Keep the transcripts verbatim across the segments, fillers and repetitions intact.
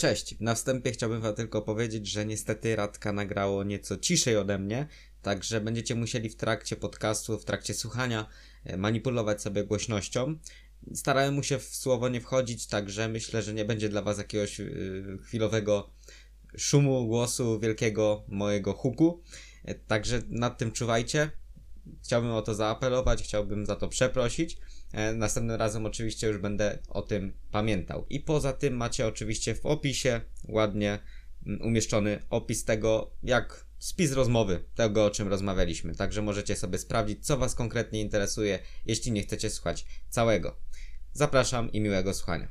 Cześć, na wstępie chciałbym wam tylko powiedzieć, że niestety Radka nagrało nieco ciszej ode mnie, także będziecie musieli w trakcie podcastu, w trakcie słuchania e, manipulować sobie głośnością. Starałem mu się w słowo nie wchodzić, także myślę, że nie będzie dla was jakiegoś yy, chwilowego szumu, głosu, wielkiego mojego huku. E, Także nad tym czuwajcie. Chciałbym o to zaapelować, chciałbym za to przeprosić. E, Następnym razem oczywiście już będę o tym pamiętał. I poza tym macie oczywiście w opisie ładnie mm, umieszczony opis tego, jak spis rozmowy, tego o czym rozmawialiśmy. Także możecie sobie sprawdzić, co was konkretnie interesuje, jeśli nie chcecie słuchać całego. Zapraszam i miłego słuchania.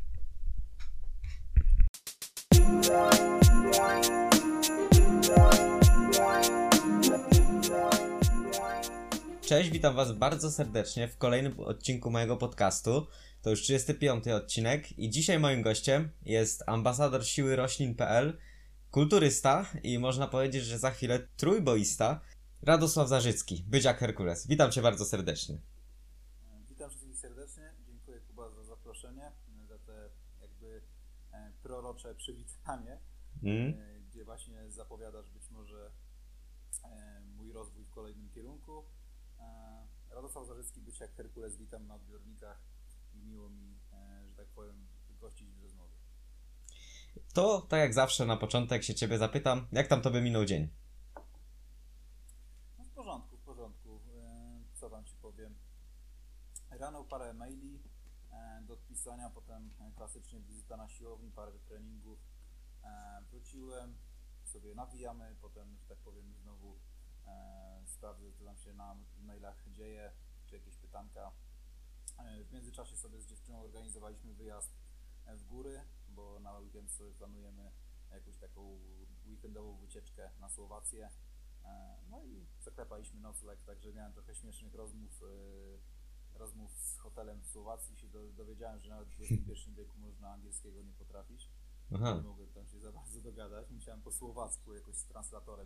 Cześć, witam was bardzo serdecznie w kolejnym odcinku mojego podcastu. To już trzydziesty piąty odcinek i dzisiaj moim gościem jest ambasador siły roślin kropka p l, kulturysta i można powiedzieć, że za chwilę trójboista, Radosław Zarzycki, Bydziak Herkules. Witam cię bardzo serdecznie. Witam wszystkich serdecznie, dziękuję Kuba za zaproszenie, za te jakby prorocze przywitanie, mm. gdzie właśnie zapowiadasz być może mój rozwój w kolejnym kierunku. Radosław Zarzycki, Bydziak Herkules, witam na odbiornikach i miło mi, że tak powiem, gościć w rozmowie. To tak jak zawsze na początek się ciebie zapytam, jak tam tobie minął dzień? No w porządku, w porządku. Co wam ci powiem? Rano parę maili do odpisania, potem klasycznie wizyta na siłowni, parę treningów. Wróciłem, sobie nawijamy, potem, że tak powiem, znowu sprawdzę, co tam się na mailach dzieje, czy jakieś pytanka. W międzyczasie sobie z dziewczyną organizowaliśmy wyjazd w góry, bo na weekend sobie planujemy jakąś taką weekendową wycieczkę na Słowację. No i zaklepaliśmy nocleg, także miałem trochę śmiesznych rozmów, rozmów z hotelem w Słowacji. Się dowiedziałem, że nawet w dwudziestym pierwszym wieku można angielskiego nie potrafić. Aha. Nie mogłem tam się za bardzo dogadać, musiałem po słowacku jakoś z translatorem.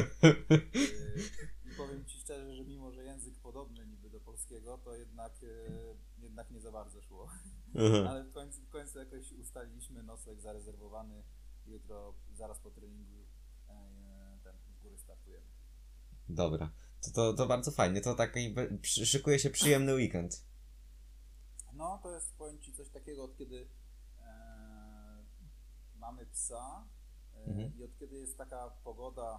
I powiem ci szczerze, że mimo, że język podobny niby do polskiego, to jednak, jednak nie za bardzo szło. Aha. Ale w końcu, w końcu jakoś ustaliliśmy nocleg zarezerwowany. Jutro zaraz po treningu ten, w góry startujemy. Dobra, to, to, to bardzo fajnie, to taki szykuje się przyjemny weekend. No to jest, powiem ci, coś takiego, od kiedy mamy psa mhm. i od kiedy jest taka pogoda,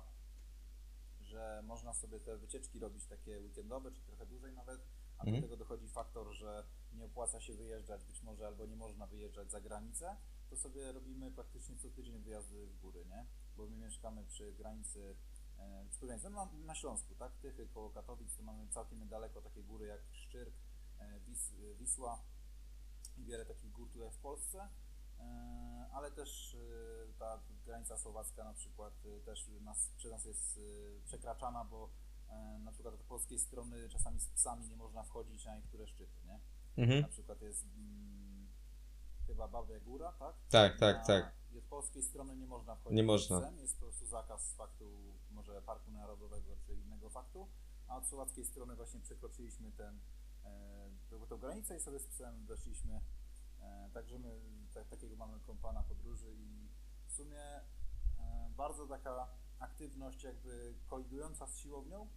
że można sobie te wycieczki robić takie weekendowe, czy trochę dłużej nawet, a mhm. do tego dochodzi faktor, że nie opłaca się wyjeżdżać być może, albo nie można wyjeżdżać za granicę, to sobie robimy praktycznie co tydzień wyjazdy w góry, nie? Bo my mieszkamy przy granicy, przy granicy no, na Śląsku, tak? Tychy koło Katowic, to mamy całkiem niedaleko takie góry jak Szczyrk, Wis, Wisła i wiele takich gór tutaj w Polsce. Ale też ta granica słowacka na przykład też nas, przez nas jest przekraczana, bo na przykład od polskiej strony czasami z psami nie można wchodzić na niektóre szczyty, nie? Mhm. Na przykład jest hmm, chyba Babia Góra, tak? Tak, tak, na, tak. I od polskiej strony nie można wchodzić nie można. psem, jest po prostu zakaz z faktu może Parku Narodowego czy innego faktu, a od słowackiej strony właśnie przekroczyliśmy ten, e, tą granicę i sobie z psem weszliśmy. Także my tak, takiego mamy kompana podróży i w sumie e, bardzo taka aktywność jakby kolidująca z siłownią,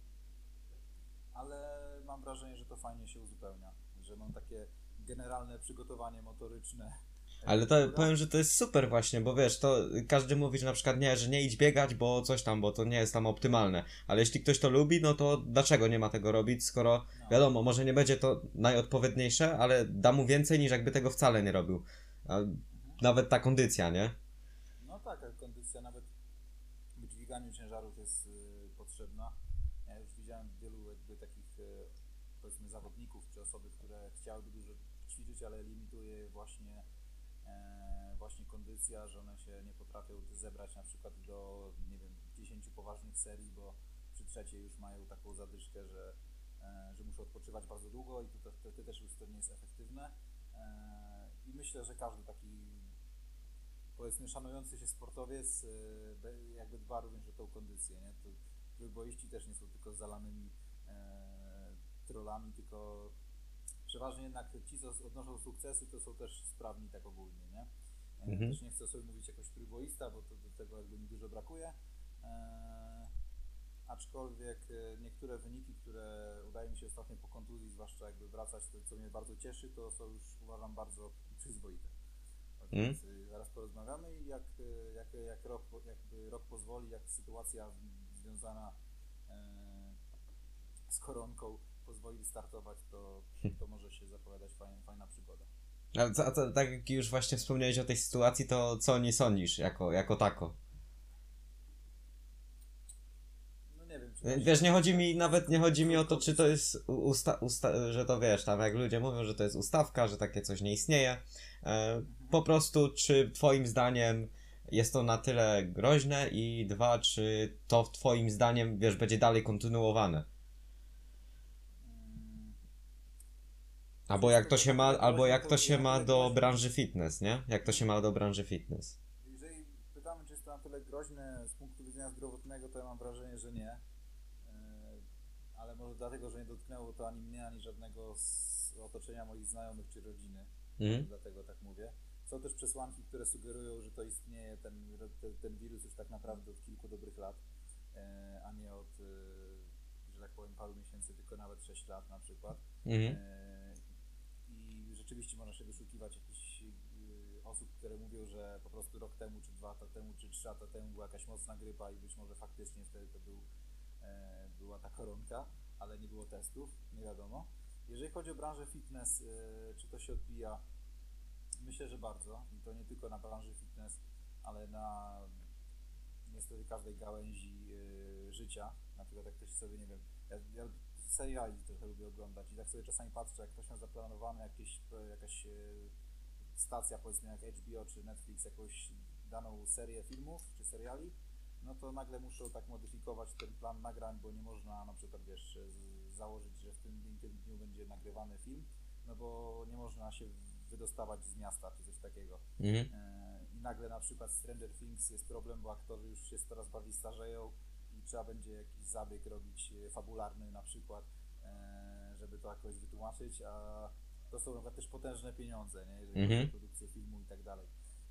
ale mam wrażenie, że to fajnie się uzupełnia, że mam takie generalne przygotowanie motoryczne. Ale to powiem, że to jest super właśnie, bo wiesz, to każdy mówi, że na przykład nie, że nie idź biegać, bo coś tam, bo to nie jest tam optymalne. Ale jeśli ktoś to lubi, no to dlaczego nie ma tego robić, skoro no. wiadomo, może nie będzie to najodpowiedniejsze, ale da mu więcej niż jakby tego wcale nie robił. A mhm. Nawet ta kondycja, nie? No tak, kondycja nawet w dźwiganiu ciężarów jest y, potrzebna. Ja już widziałem wielu jakby takich y, powiedzmy zawodników, czy osoby, które chciałyby dużo ćwiczyć, ale limituje je właśnie właśnie kondycja, że one się nie potrafią zebrać na przykład do, nie wiem, dziesięciu poważnych serii, bo przy trzeciej już mają taką zadyszkę, że, że muszą odpoczywać bardzo długo i to, to, to też już to nie jest efektywne. I myślę, że każdy taki, powiedzmy, szanujący się sportowiec jakby dba również o tą kondycję, nie? To trójboiści też nie są tylko zalanymi trollami, tylko przeważnie jednak ci, co odnoszą sukcesy, to są też sprawni tak ogólnie, nie? Mhm. Też nie chcę sobie mówić jakoś trójboista, bo to do tego jakby mi dużo brakuje. E, aczkolwiek niektóre wyniki, które udaje mi się ostatnio po kontuzji, zwłaszcza jakby wracać, to co mnie bardzo cieszy, to są już uważam bardzo przyzwoite. Więc mm. zaraz porozmawiamy i jak, jak, jak rok, jakby rok pozwoli, jak sytuacja związana e, z koronką pozwoli startować, to, to może się zapowiadać fajna, fajna przygoda. A, co, a co, tak jak już właśnie wspomniałeś o tej sytuacji, to co o niej sądzisz jako, jako tako? No nie wiem. Czy wiesz, nie chodzi mi, nawet nie chodzi mi o to, czy to jest usta, usta, że to wiesz, tam jak ludzie mówią, że to jest ustawka, że takie coś nie istnieje. E, mhm. Po prostu, czy twoim zdaniem jest to na tyle groźne i dwa, czy to twoim zdaniem, wiesz, będzie dalej kontynuowane? Albo jak to się ma, albo jak to się ma do branży fitness, nie? Jak to się ma do branży fitness? Jeżeli pytamy, czy jest to na tyle groźne z punktu widzenia zdrowotnego, to ja mam wrażenie, że nie. Ale może dlatego, że nie dotknęło to ani mnie, ani żadnego z otoczenia moich znajomych czy rodziny. Mm. Dlatego tak mówię. Są też przesłanki, które sugerują, że to istnieje, ten, ten, ten wirus już tak naprawdę od kilku dobrych lat, a nie od, że tak powiem, paru miesięcy, tylko nawet sześć lat na przykład. Mm. I rzeczywiście można się doszukiwać jakichś osób, które mówią, że po prostu rok temu, czy dwa lata temu, czy trzy lata temu była jakaś mocna grypa i być może faktycznie wtedy to był, była ta koronka, ale nie było testów, nie wiadomo. Jeżeli chodzi o branżę fitness, czy to się odbija? Myślę, że bardzo. I to nie tylko na branży fitness, ale na niestety każdej gałęzi życia. Na przykład jak ktoś sobie, nie wiem, ja, ja seriali trochę lubię oglądać i tak sobie czasami patrzę, jak ktoś ma zaplanowane jakieś, jakaś stacja, powiedzmy jak H B O czy Netflix, jakąś daną serię filmów czy seriali, no to nagle muszą tak modyfikować ten plan nagrań, bo nie można na przykład, wiesz, założyć, że w tym i tym dniu będzie nagrywany film, no bo nie można się wydostawać z miasta czy coś takiego. Mhm. I nagle na przykład Stranger Things jest problem, bo aktorzy już się coraz bardziej starzeją i trzeba będzie jakiś zabieg robić fabularny na przykład, żeby to jakoś wytłumaczyć, a to są nawet też potężne pieniądze, nie? Jeżeli chodzi o produkcję filmu i tak dalej.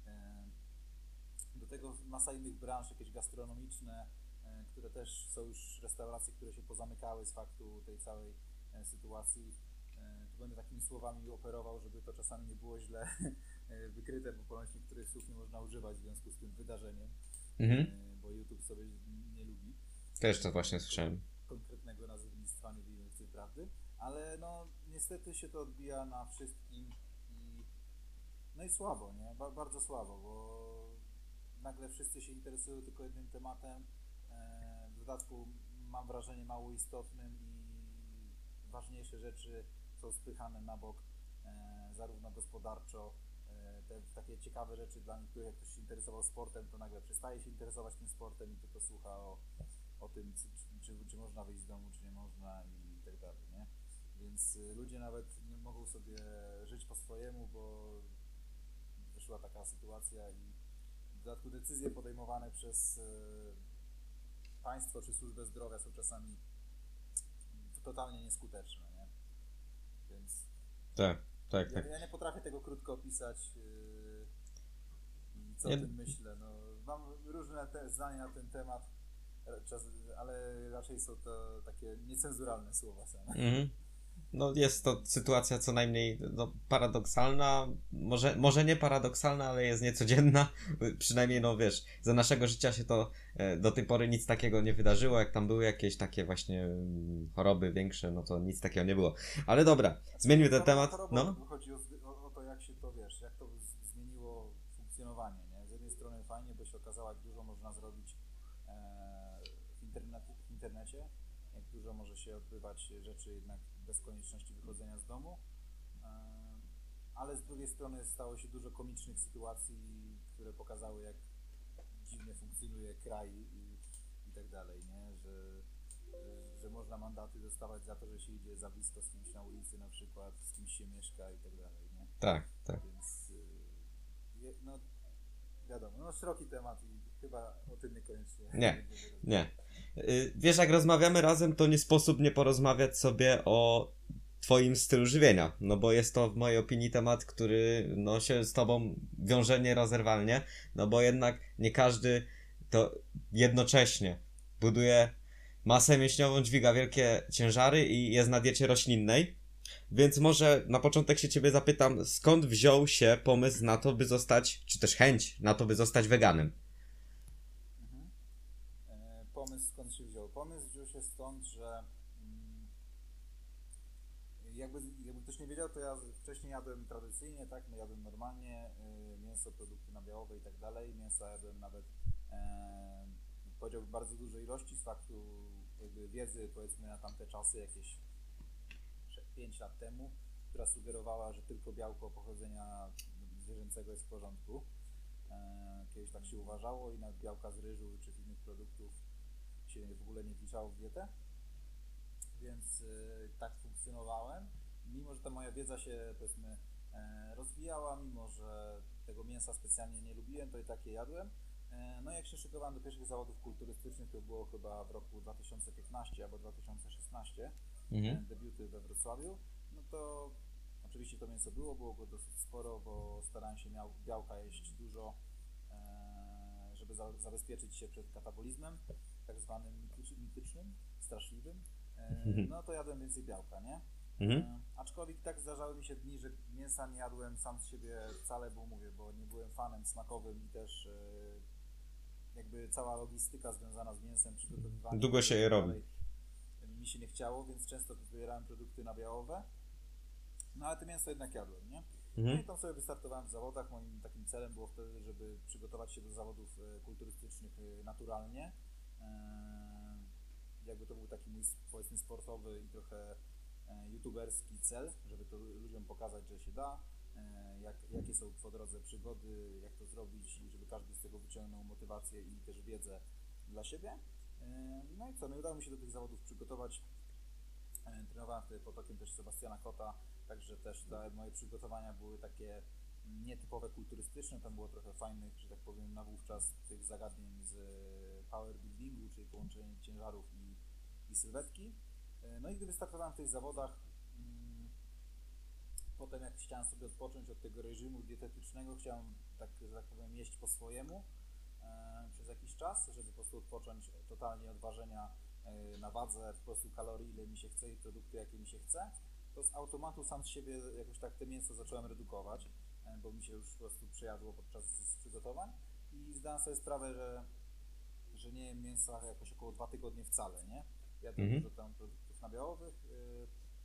Do tego masa innych branż, jakieś gastronomiczne, które też są już restauracje, które się pozamykały z faktu tej całej sytuacji. Tu będę takimi słowami operował, żeby to czasami nie było źle wykryte, bo ponoć niektórych słów nie można używać w związku z tym wydarzeniem, mhm. bo YouTube sobie nie lubi. Też to właśnie słyszałem. Konkretnego nazewnictwa nie wiemy w tej prawdy, ale no niestety się to odbija na wszystkim i no i słabo, nie? Ba- bardzo słabo, bo nagle wszyscy się interesują tylko jednym tematem, w dodatku mam wrażenie mało istotnym i ważniejsze rzeczy są spychane na bok, zarówno gospodarczo, te takie ciekawe rzeczy dla niektórych, jak ktoś się interesował sportem, to nagle przestaje się interesować tym sportem i tylko słucha o, o tym, czy, czy, czy można wyjść z domu, czy nie można i tak dalej, nie? Więc ludzie nawet nie mogą sobie żyć po swojemu, bo wyszła taka sytuacja i w dodatku decyzje podejmowane przez państwo czy służbę zdrowia są czasami totalnie nieskuteczne, nie? Więc tak, tak, ja, tak. ja nie potrafię tego krótko opisać yy, i co nie. o tym myślę. No, mam różne te zdania na ten temat, czas, ale raczej są to takie niecenzuralne słowa same. Mm-hmm. No jest to sytuacja co najmniej no, paradoksalna, może, może nie paradoksalna, ale jest niecodzienna, przynajmniej no wiesz, za naszego życia się to e, do tej pory nic takiego nie wydarzyło, jak tam były jakieś takie właśnie m, choroby większe, no to nic takiego nie było, ale dobra, zmieńmy ten temat. No. Chodzi o, o, o to, jak się to, wiesz, jak to z, zmieniło funkcjonowanie, nie? Z jednej strony fajnie, bo się okazało, jak dużo można zrobić e, w, internet, w internecie, jak dużo może się odbywać rzeczy jednak bez konieczności wychodzenia z domu, ale z drugiej strony stało się dużo komicznych sytuacji, które pokazały, jak dziwnie funkcjonuje kraj i, i tak dalej, nie? Że, że, że można mandaty dostawać za to, że się idzie za blisko z kimś na ulicy na przykład, z kimś się mieszka i tak dalej, nie? Tak, tak. Więc no wiadomo, no szeroki temat i chyba o tym niekoniecznie. Nie, nie. Wiesz, jak rozmawiamy razem, to nie sposób nie porozmawiać sobie o twoim stylu żywienia, no bo jest to w mojej opinii temat, który no się z tobą wiąże nierozerwalnie, no bo jednak nie każdy to jednocześnie buduje masę mięśniową, dźwiga wielkie ciężary i jest na diecie roślinnej. Więc może na początek się ciebie zapytam, skąd wziął się pomysł na to, by zostać, czy też chęć na to, by zostać weganem? Mhm. E, pomysł skąd się wziął? Pomysł wziął się stąd, że mm, jakby, jakby ktoś nie wiedział, to ja wcześniej jadłem tradycyjnie, tak, no jadłem normalnie, y, mięso, produkty nabiałowe i tak dalej, mięsa jadłem nawet e, powiedziałbym bardzo dużej ilości z faktu jakby wiedzy, powiedzmy na tamte czasy, jakieś pięć lat temu, która sugerowała, że tylko białko pochodzenia zwierzęcego jest w porządku. E, kiedyś tak się uważało i nawet białka z ryżu czy z innych produktów się w ogóle nie wliczało w dietę. Więc y, tak funkcjonowałem. Mimo że ta moja wiedza się powiedzmy e, rozwijała, mimo że tego mięsa specjalnie nie lubiłem, to i tak je jadłem. E, no jak się szykowałem do pierwszych zawodów kulturystycznych, to było chyba w roku dwa tysiące piętnastym albo dwa tysiące szesnastym, mhm. e, debiuty we Wrocławiu, no to oczywiście to mięso było, było go dosyć sporo, bo starałem się miał, białka jeść dużo, e, żeby za, zabezpieczyć się przed katabolizmem, tak zwanym mitycznym, straszliwym. No to jadłem więcej białka, nie? Mhm. E, aczkolwiek tak zdarzały mi się dni, że mięsa nie jadłem sam z siebie wcale, bo mówię, bo nie byłem fanem smakowym i też e, jakby cała logistyka związana z mięsem, przygotowywaniem... Długo się je robi. Mi się nie chciało, więc często wybierałem produkty nabiałowe, no ale to mięso jednak jadłem, nie? Mhm. No i tam sobie wystartowałem w zawodach. Moim takim celem było wtedy, żeby przygotować się do zawodów kulturystycznych naturalnie. E, jakby to był taki mój, powiedzmy, sportowy i trochę e, youtuberski cel, żeby to ludziom pokazać, że się da, e, jak, jakie są po drodze przygody, jak to zrobić i żeby każdy z tego wyciągnął motywację i też wiedzę dla siebie. E, no i co, no i udało mi się do tych zawodów przygotować. E, trenowałem wtedy pod okiem też Sebastiana Kota, także też te moje przygotowania były takie nietypowe kulturystyczne, tam było trochę fajnych, że tak powiem, na wówczas tych zagadnień z powerbuildingu, czyli połączenie ciężarów i, i sylwetki. No i gdy wystartowałem w tych zawodach, potem jak chciałem sobie odpocząć od tego reżimu dietetycznego, chciałem, tak, że tak powiem, jeść po swojemu e, przez jakiś czas, żeby po prostu odpocząć totalnie od ważenia e, na wadze, po prostu kalorii, ile mi się chce i produkty, jakie mi się chce, to z automatu sam z siebie jakoś tak te mięso zacząłem redukować, e, bo mi się już po prostu przejadło podczas przygotowań i zdałem sobie sprawę, że, że nie jem mięsa jakoś około dwa tygodnie wcale, nie? Jadłem mhm. dużo tam produktów nabiałowych yy,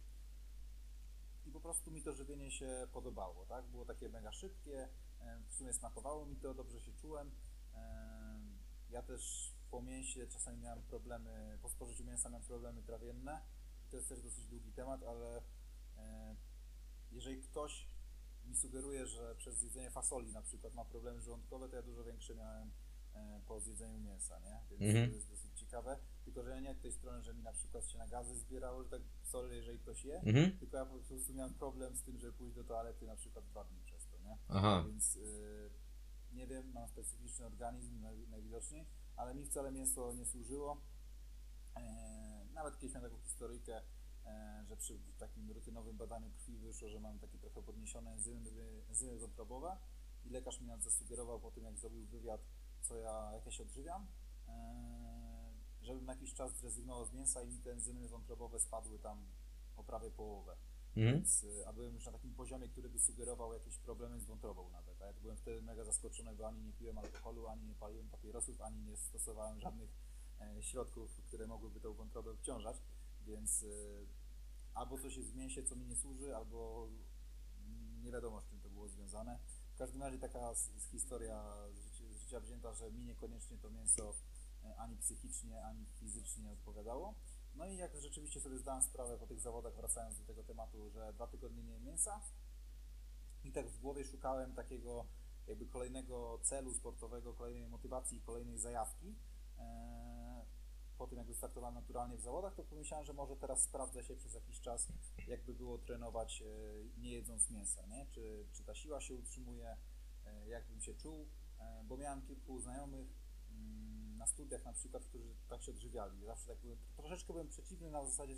i po prostu mi to żywienie się podobało, tak? Było takie mega szybkie, yy, w sumie smakowało mi to, dobrze się czułem. Yy, ja też po mięsie czasami miałem problemy, po spożyciu mięsa miałem problemy trawienne. To jest też dosyć długi temat, ale yy, jeżeli ktoś mi sugeruje, że przez jedzenie fasoli na przykład ma problemy żołądkowe, to ja dużo większe miałem po zjedzeniu mięsa, nie? Więc mhm. to jest dosyć ciekawe, tylko że ja nie od tej strony, że mi na przykład się na gazy zbierało, że tak, sorry, jeżeli ktoś je, mhm. tylko ja po prostu miałem problem z tym, żeby pójść do toalety na przykład dwa dni przez to, nie? Aha. Więc yy, nie wiem, mam specyficzny organizm naj, najwidoczniej, ale mi wcale mięso nie służyło. Yy, nawet kiedyś miałem taką historyjkę, yy, że przy takim rutynowym badaniu krwi wyszło, że mam takie trochę podniesione enzymy, enzymy wątrobowe i lekarz mi nawet zasugerował po tym, jak zrobił wywiad, co ja, jak ja się odżywiam, yy, żebym na jakiś czas zrezygnował z mięsa i mi te enzymy wątrobowe spadły tam o prawie połowę. Mm. Więc, yy, a byłem już na takim poziomie, który by sugerował jakieś problemy z wątrobą nawet. A ja byłem wtedy mega zaskoczony, bo ani nie piłem alkoholu, ani nie paliłem papierosów, ani nie stosowałem żadnych yy, środków, które mogłyby tą wątrobę obciążać. Więc yy, albo coś jest w mięsie, co mi nie służy, albo nie wiadomo, z czym to było związane. W każdym razie taka z, z historia z życia, z życia wzięta, że mi niekoniecznie to mięso ani psychicznie, ani fizycznie odpowiadało. No i jak rzeczywiście sobie zdałem sprawę po tych zawodach, wracając do tego tematu, że dwa tygodnie nie jem mięsa i tak w głowie szukałem takiego jakby kolejnego celu sportowego, kolejnej motywacji, kolejnej zajawki. Eee, po tym jak wystartowałem naturalnie w zawodach, to pomyślałem, że może teraz sprawdzę się przez jakiś czas, jakby było trenować e, nie jedząc mięsa, nie? Czy, czy ta siła się utrzymuje, e, jakbym się czuł, e, bo miałem kilku znajomych mm, na studiach na przykład, którzy tak się odżywiali. Zawsze tak byłem, troszeczkę byłem przeciwny na zasadzie, że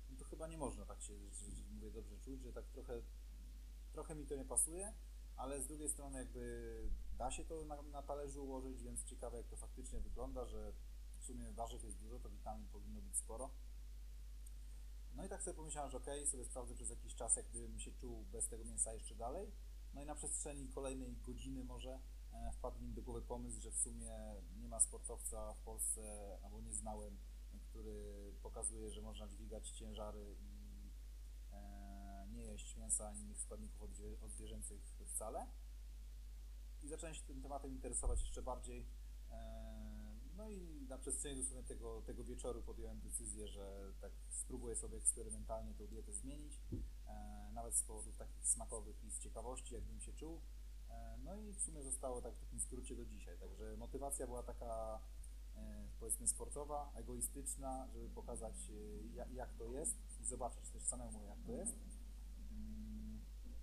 no to chyba nie można tak się, że, że mówię, dobrze czuć, że tak trochę, trochę mi to nie pasuje, ale z drugiej strony jakby da się to na, na talerzu ułożyć, więc ciekawe jak to faktycznie wygląda, że w sumie warzyw jest dużo, to witamin powinno być sporo. No i tak sobie pomyślałem, że okej, okay, sobie sprawdzę przez jakiś czas, jak gdybym się czuł bez tego mięsa jeszcze dalej. No i na przestrzeni kolejnej godziny może e, wpadł mi do głowy pomysł, że w sumie nie ma sportowca w Polsce, albo nie znałem, który pokazuje, że można dźwigać ciężary i e, nie jeść mięsa ani innych składników odwie- odzwierzęcych wcale. I zacząłem się tym tematem interesować jeszcze bardziej. E, no i na przestrzeni dosłownie tego, tego wieczoru podjąłem decyzję, że tak spróbuję sobie eksperymentalnie tą dietę zmienić, e, nawet z powodów takich smakowych i z ciekawości, jakbym się czuł. E, no i w sumie zostało tak w takim skrócie do dzisiaj. Także motywacja była taka, e, powiedzmy, sportowa, egoistyczna, żeby pokazać, e, jak, jak to jest i zobaczyć też samemu, jak to jest. Mm.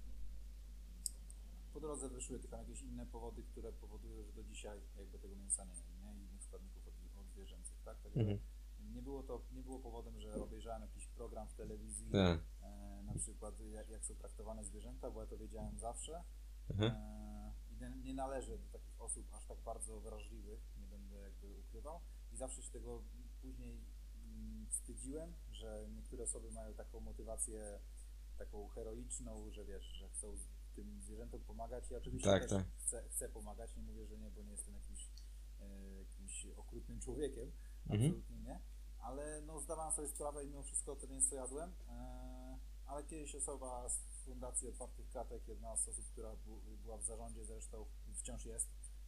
Po drodze wyszły tylko jakieś inne powody, które powodują, że do dzisiaj jakby tego mięsa nie jem, nie? I innych składników od, odzwierzęcych, tak? Także mhm. nie było to, nie było powodem, że obejrzałem jakiś program w telewizji, e, na przykład jak, jak są traktowane zwierzęta, bo ja to wiedziałem zawsze. Mhm. E, I nie, nie należę do takich osób aż tak bardzo wrażliwych, nie będę jakby ukrywał. I zawsze się tego później mm, wstydziłem, że niektóre osoby mają taką motywację taką heroiczną, że wiesz, że chcą tym zwierzętom pomagać. Ja oczywiście tak, też tak. Chcę, chcę pomagać, nie mówię, że nie, bo nie jestem jakimś, e, jakimś okrutnym człowiekiem, mhm. absolutnie nie, ale no zdawałem sobie sprawę i mimo wszystko to mięso jadłem, e, ale kiedyś osoba z Fundacji Otwartych Klatek, jedna z osób, która bu, była w zarządzie zresztą i wciąż jest,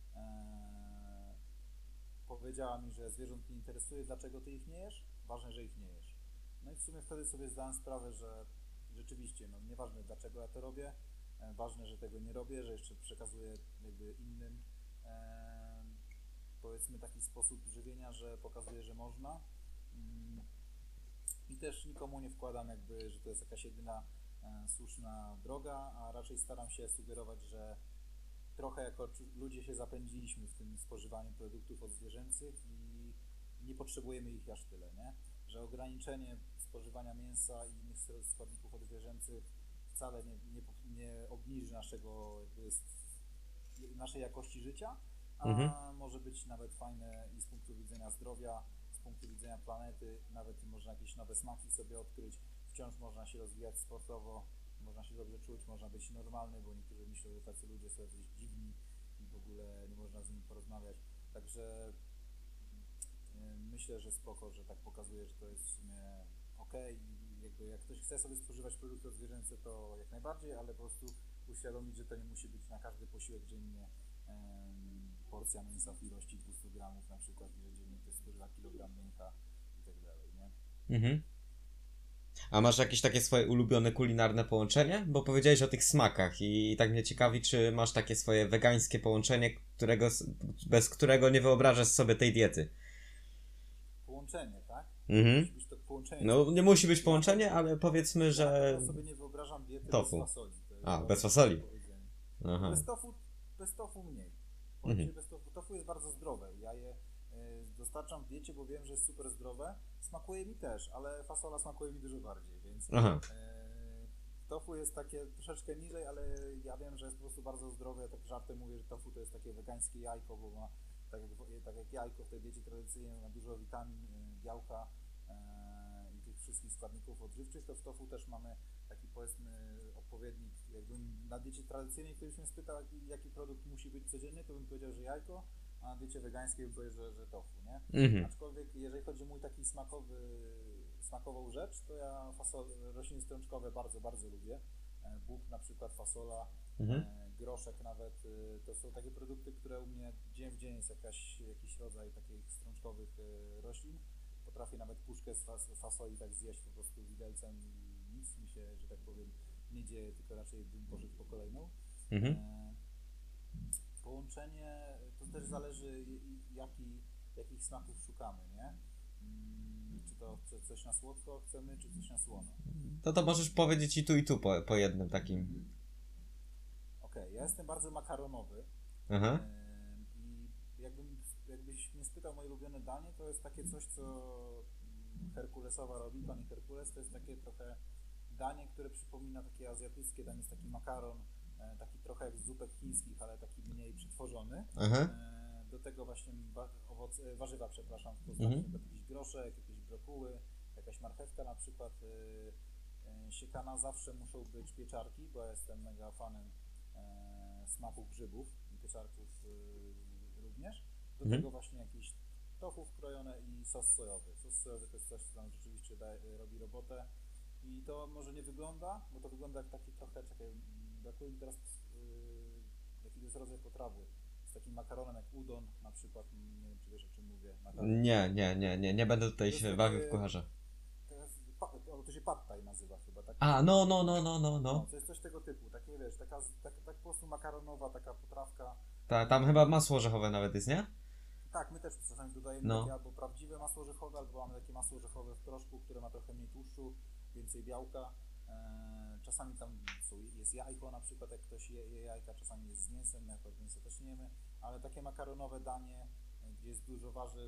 e, powiedziała mi, że zwierząt nie interesuje, dlaczego ty ich nie jesz, ważne, że ich nie jesz. No i w sumie wtedy sobie zdałem sprawę, że rzeczywiście, no nieważne dlaczego ja to robię, ważne, że tego nie robię, że jeszcze przekazuję jakby innym e, powiedzmy taki sposób żywienia, że pokazuję, że można mm. i też nikomu nie wkładam jakby, że to jest jakaś jedyna e, słuszna droga, a raczej staram się sugerować, że trochę jako ludzie się zapędziliśmy w tym spożywaniu produktów odzwierzęcych i nie potrzebujemy ich aż tyle, nie? Że ograniczenie spożywania mięsa i innych składników odzwierzęcych wcale nie, nie, nie obniży naszego, jakby naszej jakości życia, a mhm. może być nawet fajne i z punktu widzenia zdrowia, z punktu widzenia planety, nawet można jakieś nowe smaki sobie odkryć, wciąż można się rozwijać sportowo, można się dobrze czuć, można być normalny, bo niektórzy myślą, że tacy ludzie są jacyś dziwni i w ogóle nie można z nimi porozmawiać, także yy, myślę, że spoko, że tak pokazuje, że to jest w sumie okej i jakby jak ktoś chce sobie spożywać produkty odzwierzęce, to jak najbardziej, ale po prostu uświadomić, że to nie musi być na każdy posiłek dziennie um, porcja mięsa w ilości dwieście gramów na przykład, że dziennie ktoś spożywa kilogram mięcha i tak dalej, nie? Mhm. A masz jakieś takie swoje ulubione kulinarne połączenie? Bo powiedziałeś o tych smakach i tak mnie ciekawi, czy masz takie swoje wegańskie połączenie, którego, bez którego nie wyobrażasz sobie tej diety. Połączenie, tak? Mhm. Musi być to połączenie. No nie musi być połączenie, ale powiedzmy, że... Ja sobie nie wyobrażam diety tofu. bez fasoli. A, bez fasoli. Aha. Bez tofu, bez tofu mniej. Mhm. Bez tofu, tofu jest bardzo zdrowe. Ja je y, dostarczam w diecie, bo wiem, że jest super zdrowe. Smakuje mi też, ale fasola smakuje mi dużo bardziej, więc y, tofu jest takie troszeczkę niżej, ale ja wiem, że jest po prostu bardzo zdrowe. Ja tak żartem mówię, że tofu to jest takie wegańskie jajko, bo ma tak jak, tak jak jajko w tej diecie tradycyjnej ma dużo witamin, y, białka y, i tych wszystkich składników odżywczych, to w tofu też mamy taki powiedzmy odpowiednik, jakbym na diecie tradycyjnej ktoś mnie spytał, jaki, jaki produkt musi być codziennie, to bym powiedział, że jajko, a na diecie wegańskiej bym powiedział, że, że tofu, nie? Mhm. Aczkolwiek jeżeli chodzi o mój taki smakowy, smakową rzecz, to ja fasol, rośliny strączkowe bardzo, bardzo lubię. Bób na przykład, fasola, mhm. groszek nawet, to są takie produkty, które u mnie dzień w dzień jest jakaś, jakiś rodzaj takich strączkowych roślin. Potrafię nawet puszkę z fas fasoli tak zjeść po prostu widelcem i nic mi się, że tak powiem, nie dzieje, tylko raczej bym poszedł po kolejną. Mhm. E, połączenie, to też zależy jaki, jakich smaków szukamy, nie? Mm, czy to coś na słodko chcemy, czy coś na słono. No to możesz powiedzieć i tu i tu po, po jednym takim. Okej, okay, ja jestem bardzo makaronowy. Aha. E, I jakbym, jakbyś mnie spytał moje ulubione danie, to jest takie coś, co Herkulesowa robi, pani Herkules, to jest takie trochę danie, które przypomina takie azjatyckie danie, jest taki makaron, e, taki trochę jak z zupek chińskich, ale taki mniej przetworzony. Aha. E, do tego właśnie ba, owoc, e, warzywa, przepraszam, w postaci Mhm. na przykład jakiś groszek, jakieś brokuły, jakaś marchewka na przykład e, e, siekana. Zawsze muszą być pieczarki, bo ja jestem mega fanem e, smaku grzybów i pieczarków e, również. Do Mhm. tego właśnie jakieś tofu wkrojone i sos sojowy. Sos sojowy to jest coś, co tam rzeczywiście da, robi robotę. I to może nie wygląda, bo to wygląda jak taki trochę, czekaj, brakuje mi teraz yy, jaki to jest rodzaj potrawy. Z takim makaronem jak udon na przykład, nie wiem czy wiesz o czym mówię. Makaron. Nie, nie, nie, nie, nie będę tutaj To się jest bawił takie- w kucharza. To, jest, pa- to, to się pad thai nazywa chyba, tak? A, no, no, no, no, no, No, no. to jest coś tego typu, takie wiesz, taka, z- tak, tak po prostu makaronowa, taka potrawka. Ta, tam chyba masło orzechowe nawet jest, nie? Tak, my też czasami dodajemy No. takie albo prawdziwe masło orzechowe, albo mamy takie masło orzechowe w proszku, które ma trochę mniej tłuszczu, więcej białka. Eee, czasami tam są, jest jajko na przykład, jak ktoś je, je jajka, czasami jest z mięsem, my akurat mięso też nie jemy, ale takie makaronowe danie, e, gdzie jest dużo warzyw,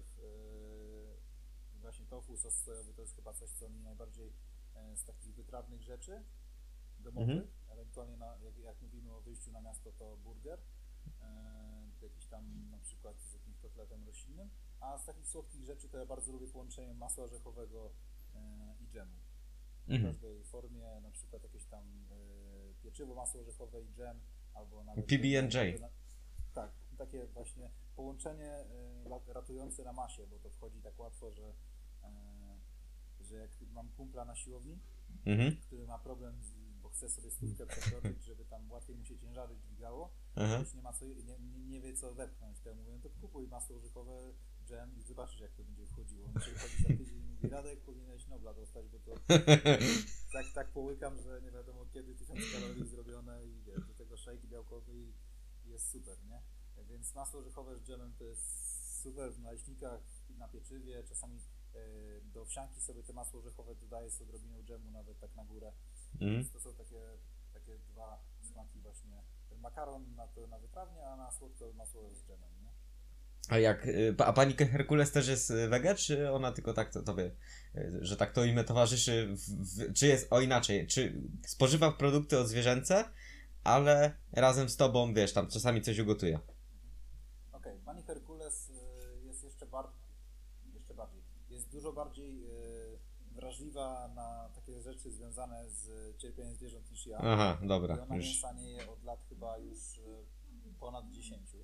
e, właśnie tofu, sos sojowy, to jest chyba coś, co mi najbardziej e, z takich wytrawnych rzeczy domowych, Mhm. ewentualnie na, jak, jak mówimy o wyjściu na miasto, to burger, e, jakiś tam na przykład z jakimś kotletem roślinnym, a z takich słodkich rzeczy to ja bardzo lubię połączenie masła orzechowego e, i dżemu. W Mhm. każdej formie, na przykład jakieś tam e, pieczywo, masło orzechowe i dżem, albo nawet... P B and J. na- Tak, takie właśnie połączenie e, lat- ratujące na masie, bo to wchodzi tak łatwo, że, e, że jak mam kumpla na siłowni, Mhm. który ma problem, z, bo chce sobie stówkę przekroczyć, żeby tam łatwiej mu się ciężary dźwigało, Aha. już nie ma co, nie, nie, nie wie co wepchnąć, to ja mówię, no to kupuj masło orzechowe, dżem i zobaczysz jak to będzie wchodziło. On przychodzi za tydzień i mówi, Radek, powinieneś Nobla dostać, bo to tak, tak połykam, że nie wiadomo kiedy, tysiąc kalorii zrobione i wiesz, do tego shake białkowy i jest super, nie? Więc masło orzechowe z dżemem to jest super w naleśnikach, na pieczywie, czasami e, do wsianki sobie te masło orzechowe dodaję z odrobiną dżemu nawet tak na górę. Mhm. Więc to są takie, takie dwa smaki właśnie. Ten makaron na, to, na wytrawnie, a na słodko masło z dżemem, nie? A jak, y, pa- a pani Herkules też jest y, wege, czy ona tylko tak to tobie, y, że tak to imię towarzyszy, w, w, czy jest, o inaczej, czy spożywa produkty odzwierzęce, ale razem z tobą, wiesz, tam czasami coś ugotuje. Okej, okay. Pani Herkules y, jest jeszcze, bar- jeszcze bardziej, jest dużo bardziej y, wrażliwa na takie rzeczy związane z cierpieniem zwierząt niż ja. Aha, I dobra, ona już. mięsa nie je od lat chyba już y, ponad dziesięciu.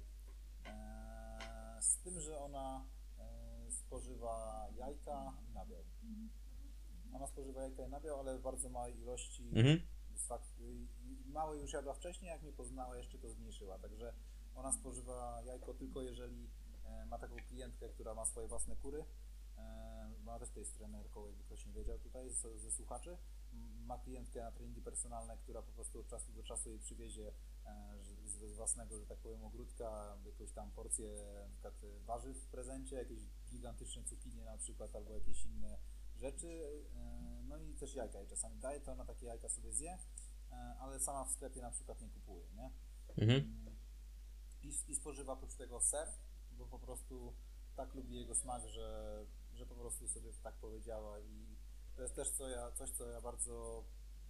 Eee, z tym, że ona e, spożywa jajka i nabiał. Ona spożywa jajka i nabiał, ale w bardzo małej ilości. Mhm. Z fakt, i, i małe już jadła wcześniej, jak mnie poznała, jeszcze to zmniejszyła. Także ona spożywa jajko tylko jeżeli e, ma taką klientkę, która ma swoje własne kury. E, ona też to jest trenerką, jakby ktoś nie wiedział tutaj z, ze słuchaczy. M- Ma klientkę na treningi personalne, która po prostu od czasu do czasu jej przywiezie e, że- z, z własnego, że tak powiem, ogródka jakąś tam porcję na przykład e, warzyw w prezencie, jakieś gigantyczne cukinie na przykład, albo jakieś inne rzeczy. E, no i też jajka jej czasami daje, to ona takie jajka sobie zje, e, ale sama w sklepie na przykład nie kupuje, nie? Mhm. I, I spożywa oprócz tego ser, bo po prostu tak lubi jego smak, że, że po prostu sobie tak powiedziała i to jest też co ja, coś, co ja bardzo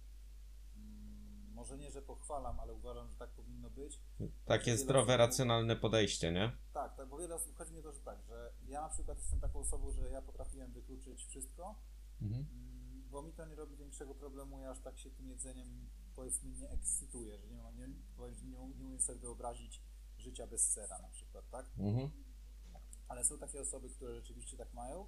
mm, może nie, że pochwalam, ale uważam, że tak powinno być. Takie Wiele zdrowe, osób- racjonalne podejście, nie? Tak, tak, bo wiele osób, chodzi mi o to, że tak, że ja na przykład jestem taką osobą, że ja potrafiłem wykluczyć wszystko, Mhm. mm, bo mi to nie robi większego problemu, ja aż tak się tym jedzeniem, powiedzmy, nie ekscytuję, że nie, ma, nie, powiem, że nie, nie umiem sobie wyobrazić życia bez sera na przykład, tak? Mhm. Ale są takie osoby, które rzeczywiście tak mają,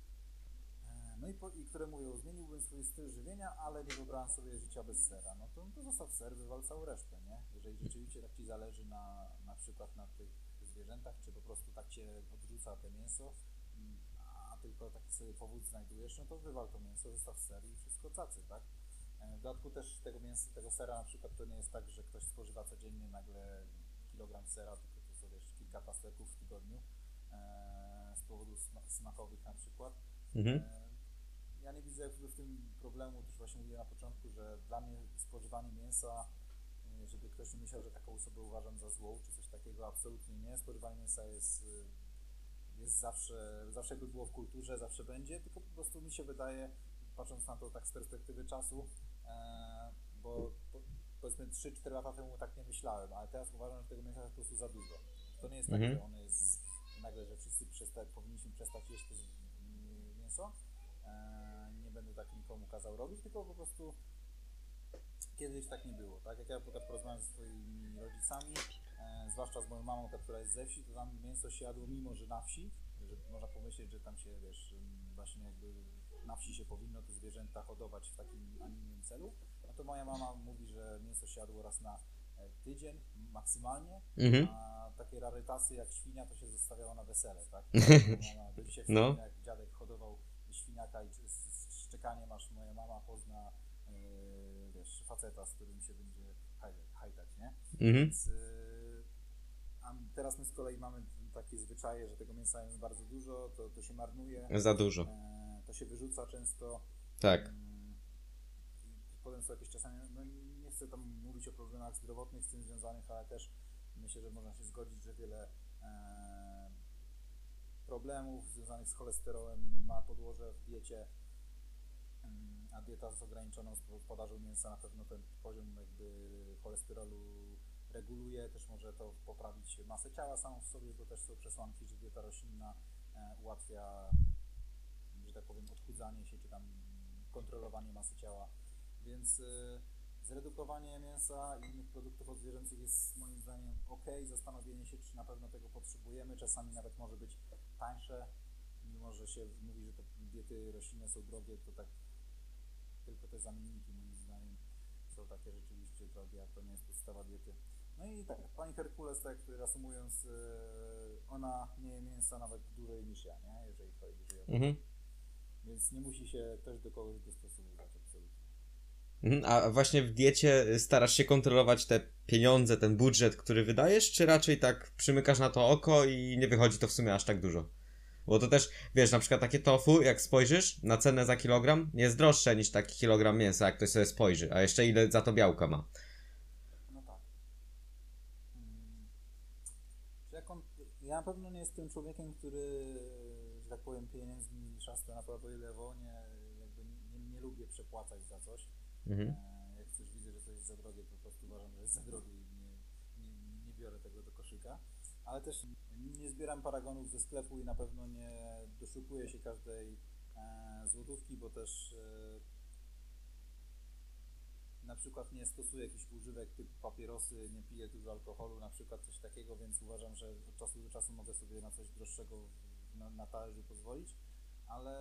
e, no i, po, i które mówią, zmieniłbym swój styl żywienia, ale nie wyobrałem sobie życia bez sera, no to, to zostaw ser, wywal całą resztę, nie? Jeżeli rzeczywiście tak Ci zależy na, na przykład na tych zwierzętach, czy po prostu tak Cię odrzuca te mięso, mm, a tylko taki sobie powód znajdujesz, no to wywal to mięso, zostaw ser i wszystko cacy, tak? E, W dodatku też tego mięsa, tego sera na przykład to nie jest tak, że ktoś spożywa codziennie nagle kilogram sera, tylko to są wiesz, kilka pasteków w tygodniu e, z powodów sma- smakowych na przykład. Mhm. E, Ja nie widzę jakby w tym problemu, też właśnie mówiłem na początku, że dla mnie spożywanie mięsa, e, żeby ktoś nie myślał, że taką osobę uważam za złą, czy coś takiego, absolutnie nie. Spożywanie mięsa jest, e, jest zawsze, zawsze by było w kulturze, zawsze będzie, tylko po prostu mi się wydaje, patrząc na to tak z perspektywy czasu, e, bo po, powiedzmy trzy cztery lata temu tak nie myślałem, ale teraz uważam, że tego mięsa jest po prostu za dużo. To nie jest tak, Mhm. że ono jest nagle, że wszyscy przesta- powinniśmy przestać jeść to z- m, mięso. E, nie będę tak nikomu kazał robić, tylko po prostu kiedyś tak nie było, tak? Jak ja na przykład porozmawiam ze swoimi rodzicami, e, zwłaszcza z moją mamą, ta, która jest ze wsi, to tam mięso się jadło, mimo że na wsi, że można pomyśleć, że tam się, wiesz, m, właśnie jakby na wsi się powinno te zwierzęta hodować w takim, a nie innym celu, no to moja mama mówi, że mięso się jadło raz na e, tydzień maksymalnie, Mhm. a takie rarytasy jak świnia to się zostawiało na wesele, tak? Moja mama do dzisiaj No. wspomina, jak dziadek hodował świniaka i z, z szczekaniem aż moja mama pozna Yy, wiesz, faceta, z którym się będzie haj- hajtać, nie? Mhm. Więc, yy, a teraz my z kolei mamy takie zwyczaje, że tego mięsa jest bardzo dużo, to, to się marnuje, Za dużo. yy, to się wyrzuca często. Tak. Yy, i potem są jakieś czasami, no nie chcę tam mówić o problemach zdrowotnych z tym związanych, ale też myślę, że można się zgodzić, że wiele yy, problemów związanych z cholesterolem ma podłoże w diecie, a dieta z ograniczoną podażą mięsa na pewno ten poziom jakby cholesterolu reguluje, też może to poprawić masę ciała samą w sobie, bo też są przesłanki, że dieta roślinna e, ułatwia, że tak powiem, odchudzanie się, czy tam kontrolowanie masy ciała, więc e, zredukowanie mięsa i innych produktów odzwierzęcych jest moim zdaniem ok, zastanowienie się, czy na pewno tego potrzebujemy, czasami nawet może być tańsze, mimo że się mówi, że te diety roślinne są drogie, to tak tylko te zamienniki moim zdaniem są takie rzeczywiście drogie, a to nie jest podstawa diety. No i tak, pani Herkules, tak reasumując, yy, ona nie je mięsa nawet dłużej niż ja, nie? Jeżeli chodzi o to. Mhm. Więc nie musi się też do kogoś dostosowywać absolutnie. Mhm. A właśnie w diecie starasz się kontrolować te pieniądze, ten budżet, który wydajesz, czy raczej tak przymykasz na to oko i nie wychodzi to w sumie aż tak dużo? Bo to też, wiesz, na przykład takie tofu, jak spojrzysz na cenę za kilogram, jest droższe niż taki kilogram mięsa, jak ktoś sobie spojrzy, a jeszcze ile za to białka ma. No tak. Hmm. Ja, kon- ja na pewno nie jestem człowiekiem, który, że tak powiem, pieniędzmi szasta na prawo i lewo, nie, jakby nie, nie lubię przepłacać za coś. Mhm. E, jak coś widzę, że coś jest za drogie, to po prostu uważam, że jest za drogie i nie, nie, nie biorę tego do koszyka. Ale też nie zbieram paragonów ze sklepu i na pewno nie doszukuję się każdej e, złotówki, bo też e, na przykład nie stosuję jakichś używek typu papierosy, nie piję dużo alkoholu, na przykład coś takiego, więc uważam, że od czasu do czasu mogę sobie na coś droższego na, na talerzu pozwolić, ale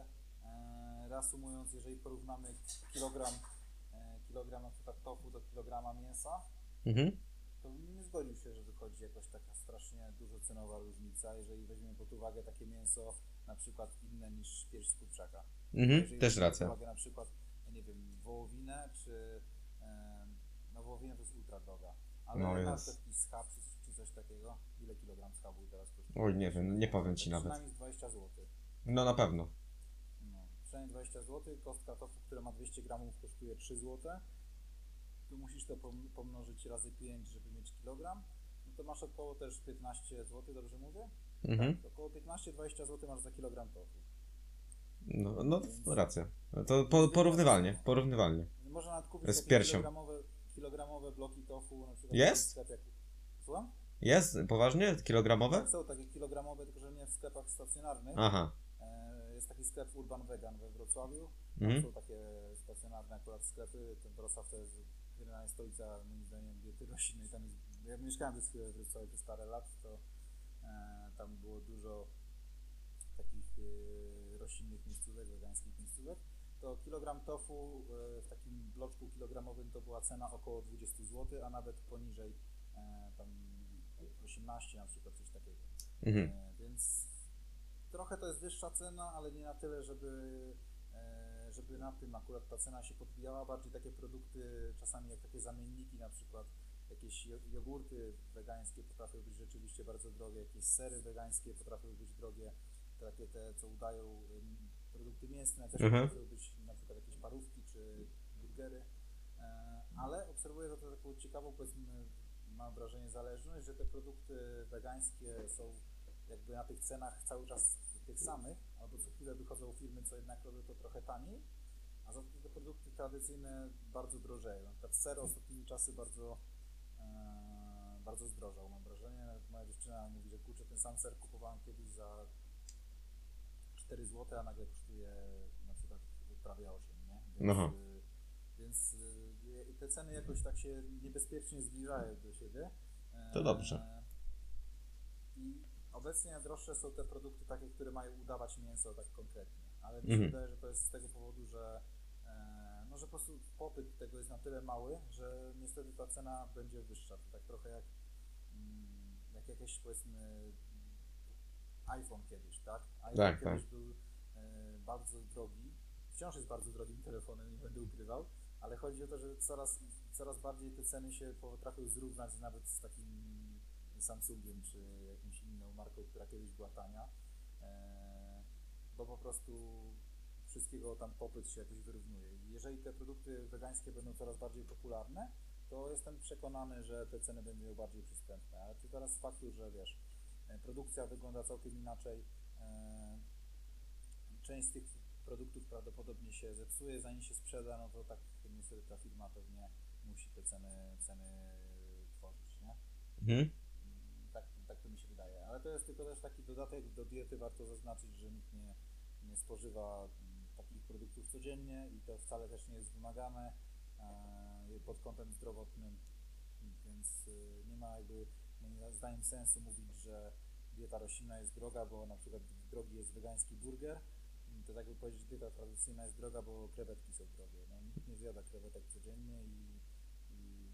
e, reasumując, jeżeli porównamy kilogram, e, kilogram na przykład tofu do kilograma mięsa, Mhm. to bym nie zgodził się, że wychodzi jakoś taka strasznie dużo cenowa różnica, jeżeli weźmiemy pod uwagę takie mięso na przykład inne niż pierś z kurczaka. Mhm. Jeżeli Też weźmiemy racja. pod uwagę na przykład, nie wiem, wołowinę, czy em, no wołowina to jest ultra droga, ale No na jest. przykład jakiś schab czy, czy coś takiego, ile kilogram schabu teraz kosztuje? Oj, nie wiem, nie powiem ci nawet. Przynajmniej z dwadzieścia złotych. No na pewno. No, przynajmniej dwadzieścia złotych, kostka tofu, która ma dwieście gramów, kosztuje trzy złote. Tu musisz to pom- pomnożyć razy pięć, żeby mieć kilogram, no to masz około też piętnaście złotych, dobrze mówię? Mhm. Tak, około piętnaście do dwudziestu złotych masz za kilogram tofu. No, no Więc- racja. To po, porównywalnie, porównywalnie. Można nawet kupić Z takie piersią. kilogramowe, kilogramowe bloki tofu, na przykład Jest? w sklepie. Słucham? Jest? Poważnie? Kilogramowe? Tak, są takie kilogramowe, tylko że nie w sklepach stacjonarnych. Aha. E, Jest taki sklep Urban Vegan we Wrocławiu. Tam Mhm. są takie stacjonarne akurat sklepy. Ten Wrocław to jest generalnie stolica, moim zdaniem, diety roślinnej. Tam jest, ja mieszkałem przez chwilę w Wrocławiu przez parę lat, to e, tam było dużo takich e, roślinnych miejscówek, wegańskich miejscówek. To kilogram tofu e, w takim bloczku kilogramowym to była cena około dwadzieścia złotych, a nawet poniżej e, tam osiemnaście na przykład, coś takiego. Mhm. E, więc trochę to jest wyższa cena, ale nie na tyle, żeby, e, żeby na tym akurat ta cena się podbijała. Bardziej takie produkty, czasami jak takie zamienniki, na przykład jakieś jo- jogurty wegańskie potrafią być rzeczywiście bardzo drogie, jakieś sery wegańskie potrafią być drogie, takie te, co udają ym, produkty mięsne, też Mhm. potrafią być na przykład jakieś parówki czy burgery, e, ale obserwuję za to taką ciekawą, powiedzmy, mam wrażenie, zależność, że te produkty wegańskie są jakby na tych cenach cały czas tych samych, albo co chwilę wychodzą firmy, co jednak robią to trochę taniej, a za to te produkty tradycyjne bardzo drożeją. Na przykład ser ostatnimi czasy bardzo, e, bardzo zdrożał, mam wrażenie. Nawet moja dziewczyna mówi, że kurczę, ten sam ser kupowałem kiedyś za cztery złote, a nagle kosztuje na przykład prawie osiem, nie? Więc, Aha. y, więc y, te ceny jakoś tak się niebezpiecznie zbliżają do siebie. E, To dobrze. I obecnie droższe są te produkty takie, które mają udawać mięso tak konkretnie, ale mi się Mhm. wydaje, że to jest z tego powodu, że e, no, że po prostu popyt tego jest na tyle mały, że niestety ta cena będzie wyższa. To tak trochę jak, mm, jak jakieś powiedzmy iPhone kiedyś, tak? iPhone Tak, kiedyś tak. był e, bardzo drogi, wciąż jest bardzo drogim telefonem, nie będę ukrywał, ale chodzi o to, że coraz, coraz bardziej te ceny się potrafią zrównać nawet z takim Samsungiem czy jakąś inną marką, która kiedyś była tania, e, bo po prostu wszystkiego tam popyt się jakoś wyrównuje. I jeżeli te produkty wegańskie będą coraz bardziej popularne, to jestem przekonany, że te ceny będą bardziej przystępne. Ale to teraz z faktu, że wiesz, e, produkcja wygląda całkiem inaczej, e, część z tych produktów prawdopodobnie się zepsuje, zanim się sprzeda, no to tak niestety ta firma pewnie musi te ceny, ceny tworzyć, nie? Mhm. Tak, tak to mi się wydaje, ale to jest tylko też taki dodatek do diety. Warto zaznaczyć, że nikt nie, nie spożywa mm, takich produktów codziennie i to wcale też nie jest wymagane e, pod kątem zdrowotnym, więc e, nie ma jakby moim zdaniem sensu mówić, że dieta roślinna jest droga, bo na przykład drogi jest wegański burger. To tak by powiedzieć, dieta tradycyjna jest droga, bo krewetki są drogie. No, nikt nie zjada krewetek codziennie i, i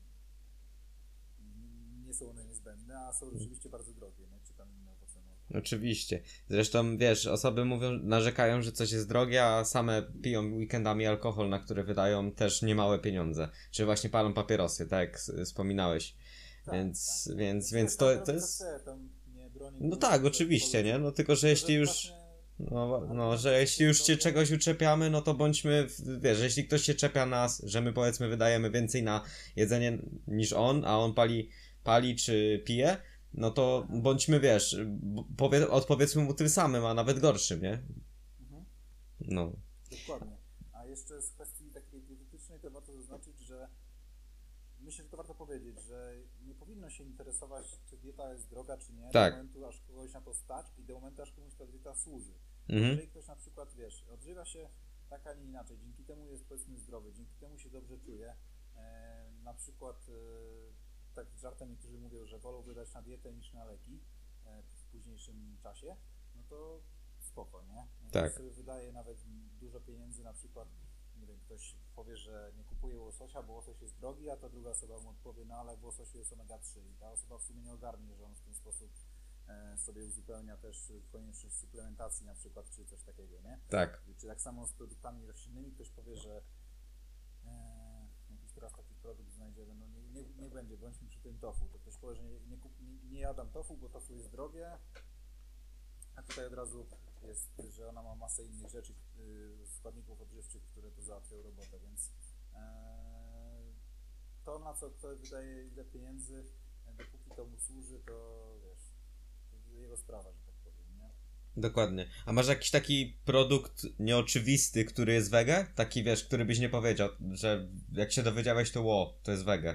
nie są one niezbędne, a są rzeczywiście bardzo drogie, nie? Czy tam inne owoce morza. Oczywiście. Zresztą, wiesz, osoby mówią, narzekają, że coś jest drogie, a same piją weekendami alkohol, na który wydają też niemałe pieniądze. Czy właśnie palą papierosy, tak jak s- wspominałeś. Tak, Więc, tak. więc, Znaczy, więc każdy to, robi to co jest... chce, tam nie bronię No kogoś, tak, kto oczywiście, poleci. nie? No tylko, że Tylko, jeśli że już... właśnie No, no, argument że jeśli jest już się to, że- czegoś uczepiamy, no to bądźmy, w- wiesz, jeśli ktoś się czepia nas, że my powiedzmy wydajemy więcej na jedzenie niż on, a on pali, pali czy pije, no to Aha. bądźmy, wiesz, b- powie, odpowiedzmy mu tym samym, a nawet gorszym, nie? Mhm. No. Dokładnie. A jeszcze z kwestii takiej dietetycznej to warto zaznaczyć, że myślę, że to warto powiedzieć, że nie powinno się interesować, czy dieta jest droga, czy nie, Tak. do momentu, aż kogoś na to stać i do momentu, aż komuś ta dieta służy. Bo Mhm. jeżeli ktoś na przykład, wiesz, odżywia się tak, a nie inaczej, dzięki temu jest powiedzmy zdrowy, dzięki temu się dobrze czuje, e, na przykład e, tak z żartem niektórzy mówią, że wolą wydać na dietę niż na leki e, w późniejszym czasie, no to spoko, nie? Jak Tak. ktoś sobie wydaje nawet dużo pieniędzy, na przykład, nie wiem, ktoś powie, że nie kupuje łososia, bo łosoś jest drogi, a ta druga osoba mu odpowie, no ale w łososiu jest omega trzy i ta osoba w sumie nie ogarnie, że on w ten sposób e, sobie uzupełnia też konieczność suplementacji na przykład, czy coś takiego, nie? Tak. Czy tak samo z produktami roślinnymi, ktoś powie, że e, jakiś teraz taki produkt znajdziemy, no nie, nie, nie będzie, bądźmy przy tym tofu, to ktoś powie, że nie, nie, kup, nie, nie jadam tofu, bo tofu jest drogie, a tutaj od razu jest, że ona ma masę innych rzeczy, y, składników odżywczych, które tu załatwiają robotę, więc e, to, na co ktoś wydaje ile pieniędzy, e, dopóki to mu służy, to wiesz, to jego sprawa, że tak powiem, nie? Dokładnie. A masz jakiś taki produkt nieoczywisty, który jest wege? Taki, wiesz, który byś nie powiedział, że jak się dowiedziałeś, to ło, to jest wege.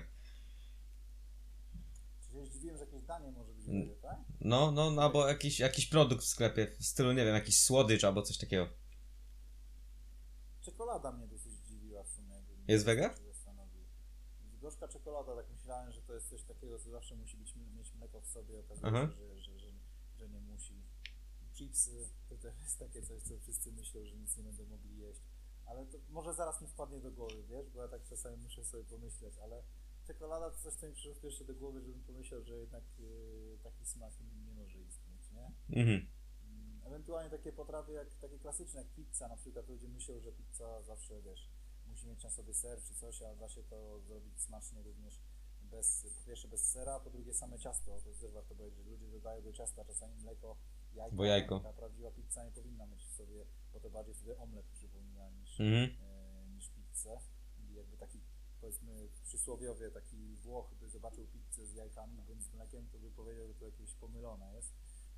Czy się zdziwiłem, że jakieś danie może być Mm. wege, tak? No, no, no, albo jakiś, jakiś produkt w sklepie, w stylu, nie wiem, jakiś słodycz albo coś takiego. Czekolada mnie dosyć zdziwiła w sumie. jakbym Jest wege? się zastanowił. Gorzka czekolada, tak myślałem, że to jest coś takiego, co zawsze musi być, mieć mleko w sobie, okazuje Aha. się, że, że, że, że nie musi. Chipsy to też jest takie coś, co wszyscy myślą, że nic nie będą mogli jeść. Ale to może zaraz mi wpadnie do głowy, wiesz, bo ja tak czasami muszę sobie pomyśleć, ale czekolada to coś, co mi przyszło pierwsze do głowy, żebym pomyślał, że jednak yy, taki smak nie, nie może istnieć, nie? Mhm. Mm, Ewentualnie takie potrawy jak takie klasyczne, jak pizza, na przykład ludzie myślą, że pizza zawsze, wiesz, musi mieć na sobie ser czy coś, a da się to zrobić smacznie również bez, po pierwsze bez sera, po drugie same ciasto, to jest też warto powiedzieć, że ludzie dodają do ciasta czasami mleko, jajko, Bo jajko. ta prawdziwa pizza nie powinna mieć w sobie, bo to bardziej wtedy omlet przypomina niż, Mhm. e, niż pizzę i jakby taki, powiedzmy przysłowiowie, taki Włoch by zobaczył pizzę z jajkami bądź z mlekiem, to by powiedział, że to jakieś pomylone jest.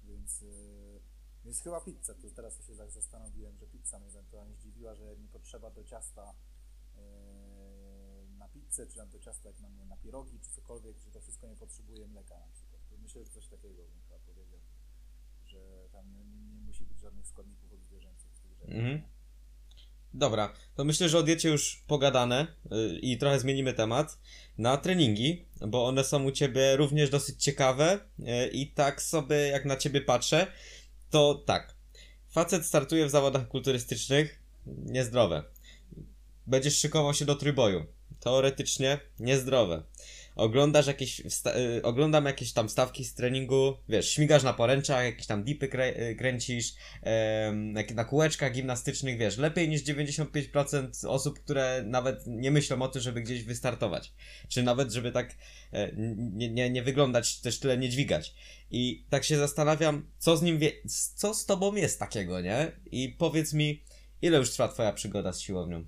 Więc, yy, więc chyba pizza, to teraz się tak zastanowiłem, że pizza mnie ewentualnie zdziwiła, że nie potrzeba do ciasta yy, na pizzę, czy do ciasta jak na, nie, na pierogi, czy cokolwiek, że to wszystko nie potrzebuje mleka na przykład. To myślę, że coś takiego bym chyba powiedział, że tam nie, nie musi być żadnych składników odzwierzęcych w tych rzeczach. Mhm. Dobra, to myślę, że o diecie już pogadane yy, i trochę zmienimy temat na treningi, bo one są u Ciebie również dosyć ciekawe yy, i tak sobie jak na Ciebie patrzę, to tak, facet startuje w zawodach kulturystycznych, niezdrowe. Będziesz szykował się do trójboju, teoretycznie niezdrowe. Oglądasz jakieś, wsta- y, oglądam jakieś tam stawki z treningu, wiesz, śmigasz na poręczach, jakieś tam dipy krę- y, kręcisz, em, jak- na kółeczkach gimnastycznych, wiesz, lepiej niż dziewięćdziesiąt pięć procent osób, które nawet nie myślą o tym, żeby gdzieś wystartować. Czy nawet, żeby tak e, nie, nie, nie wyglądać, też tyle nie dźwigać. I tak się zastanawiam, co z nim wie, co z tobą jest takiego, nie? I powiedz mi, ile już trwa twoja przygoda z siłownią?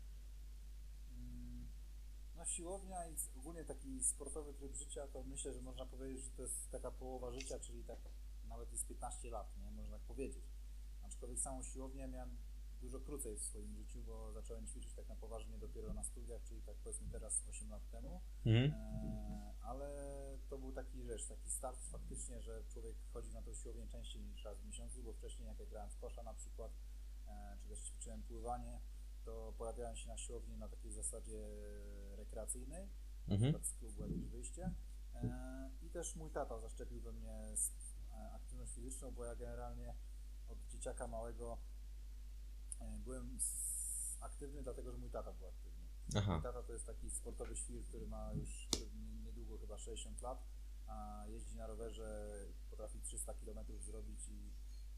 No siłownia i ogólnie taki sportowy tryb życia, to myślę, że można powiedzieć, że to jest taka połowa życia, czyli tak nawet jest piętnaście lat, nie? Można tak powiedzieć. Aczkolwiek samą siłownię miałem dużo krócej w swoim życiu, bo zacząłem ćwiczyć tak na poważnie dopiero na studiach, czyli tak powiedzmy teraz osiem lat temu. Mhm. E, ale to był taki rzecz, taki start faktycznie, że człowiek chodzi na tą siłownię częściej niż raz w miesiącu, bo wcześniej jak ja grałem w kosza na przykład, e, czy też ćwiczyłem pływanie, to pojawiałem się na siłowni na takiej zasadzie rekreacyjnej, na Mhm. przykład z klubu jakieś wyjście. E, I też mój tata zaszczepił we mnie z, e, aktywność fizyczną, bo ja generalnie od dzieciaka małego e, byłem s- aktywny, dlatego że mój tata był aktywny. Aha. Mój tata to jest taki sportowy świr, który ma już nie- niedługo chyba sześćdziesiąt lat, a jeździ na rowerze, potrafi trzysta kilometrów zrobić i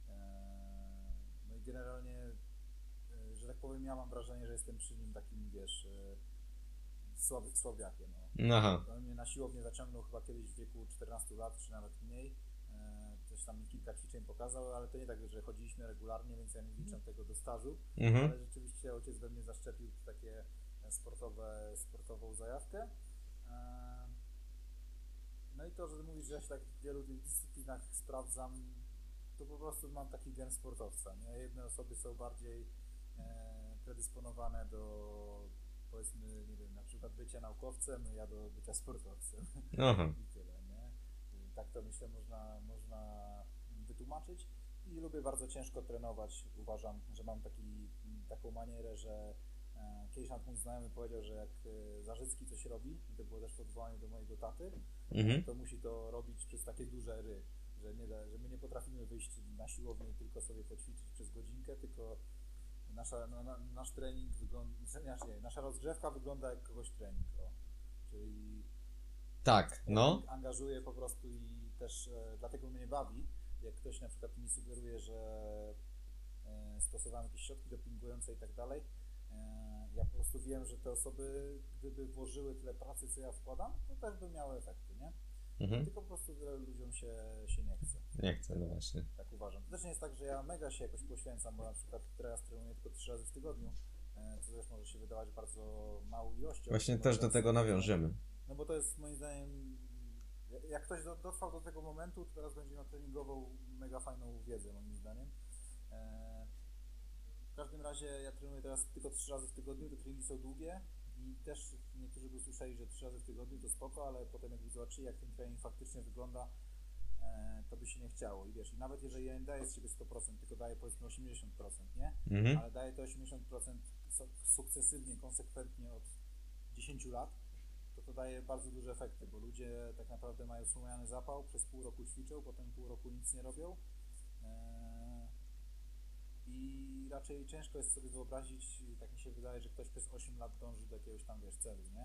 e, no i generalnie, e, że tak powiem, ja mam wrażenie, że jestem przy nim takim, wiesz, e, słaby, słabiakiem. No. Aha. On mnie na siłownię zaciągnął chyba kiedyś w wieku czternastu lat, czy nawet mniej. E, Coś tam mi kilka ćwiczeń pokazał, ale to nie tak, że chodziliśmy regularnie, więc ja nie liczę tego do stażu, Mhm. ale rzeczywiście ojciec we mnie zaszczepił takie sportowe, sportową zajawkę. E, No i to, że mówisz, że ja się tak w wielu tych dyscyplinach sprawdzam, to po prostu mam taki gen sportowca. Nie? Jedne osoby są bardziej e, predysponowane do, powiedzmy, nie wiem, na przykład bycia naukowcem, ja do bycia sportowcem. Aha. I tyle, nie? Tak to myślę można, można wytłumaczyć. I lubię bardzo ciężko trenować. Uważam, że mam taki, taką manierę, że e, kiedyś nawet mój znajomy powiedział, że jak e, Zarzycki coś robi, i to było też w odwołaniu do mojego taty, Mhm. to musi to robić przez takie duże ry, że, nie da, że my nie potrafimy wyjść na siłownię i tylko sobie poćwiczyć przez godzinkę, tylko nasza, no, na, nasz trening wygląda, nie, nasza rozgrzewka wygląda jak kogoś trening, o. Czyli Tak, no. angażuje po prostu i też e, dlatego mnie bawi, jak ktoś na przykład mi sugeruje, że e, stosowałem jakieś środki dopingujące i tak dalej, e, ja po prostu wiem, że te osoby, gdyby włożyły tyle pracy, co ja wkładam, to też by miały efekty, nie? Mhm. Tylko po prostu wielu ludziom się, się nie chce. Nie chcę, no właśnie. Tak uważam. To też nie jest tak, że ja mega się jakoś poświęcam, bo na przykład teraz trenuję tylko trzy razy w tygodniu, e, co też może się wydawać bardzo małą ilością. Właśnie bo też do teraz- tego nawiążemy. No bo to jest moim zdaniem, jak ktoś do, dotrwał do tego momentu, to teraz będzie miał treningową mega fajną wiedzę moim zdaniem. E, w każdym razie ja trenuję teraz tylko trzy razy w tygodniu, te treningi są długie i też niektórzy by usłyszeli, że trzy razy w tygodniu to spoko, ale potem jakby zobaczyli, jak ten trening faktycznie wygląda, e, to by się nie chciało. I wiesz, i nawet jeżeli ja nie daję z siebie sto procent, tylko daję powiedzmy osiemdziesiąt procent, nie? Mhm. Ale daję to osiemdziesiąt procent su- sukcesywnie, konsekwentnie od dziesięciu lat, to to daje bardzo duże efekty, bo ludzie tak naprawdę mają słomiany zapał, przez pół roku ćwiczą, potem pół roku nic nie robią. Eee, I raczej ciężko jest sobie wyobrazić, tak mi się wydaje, że ktoś przez osiem lat dąży do jakiegoś tam, wiesz, celu, nie?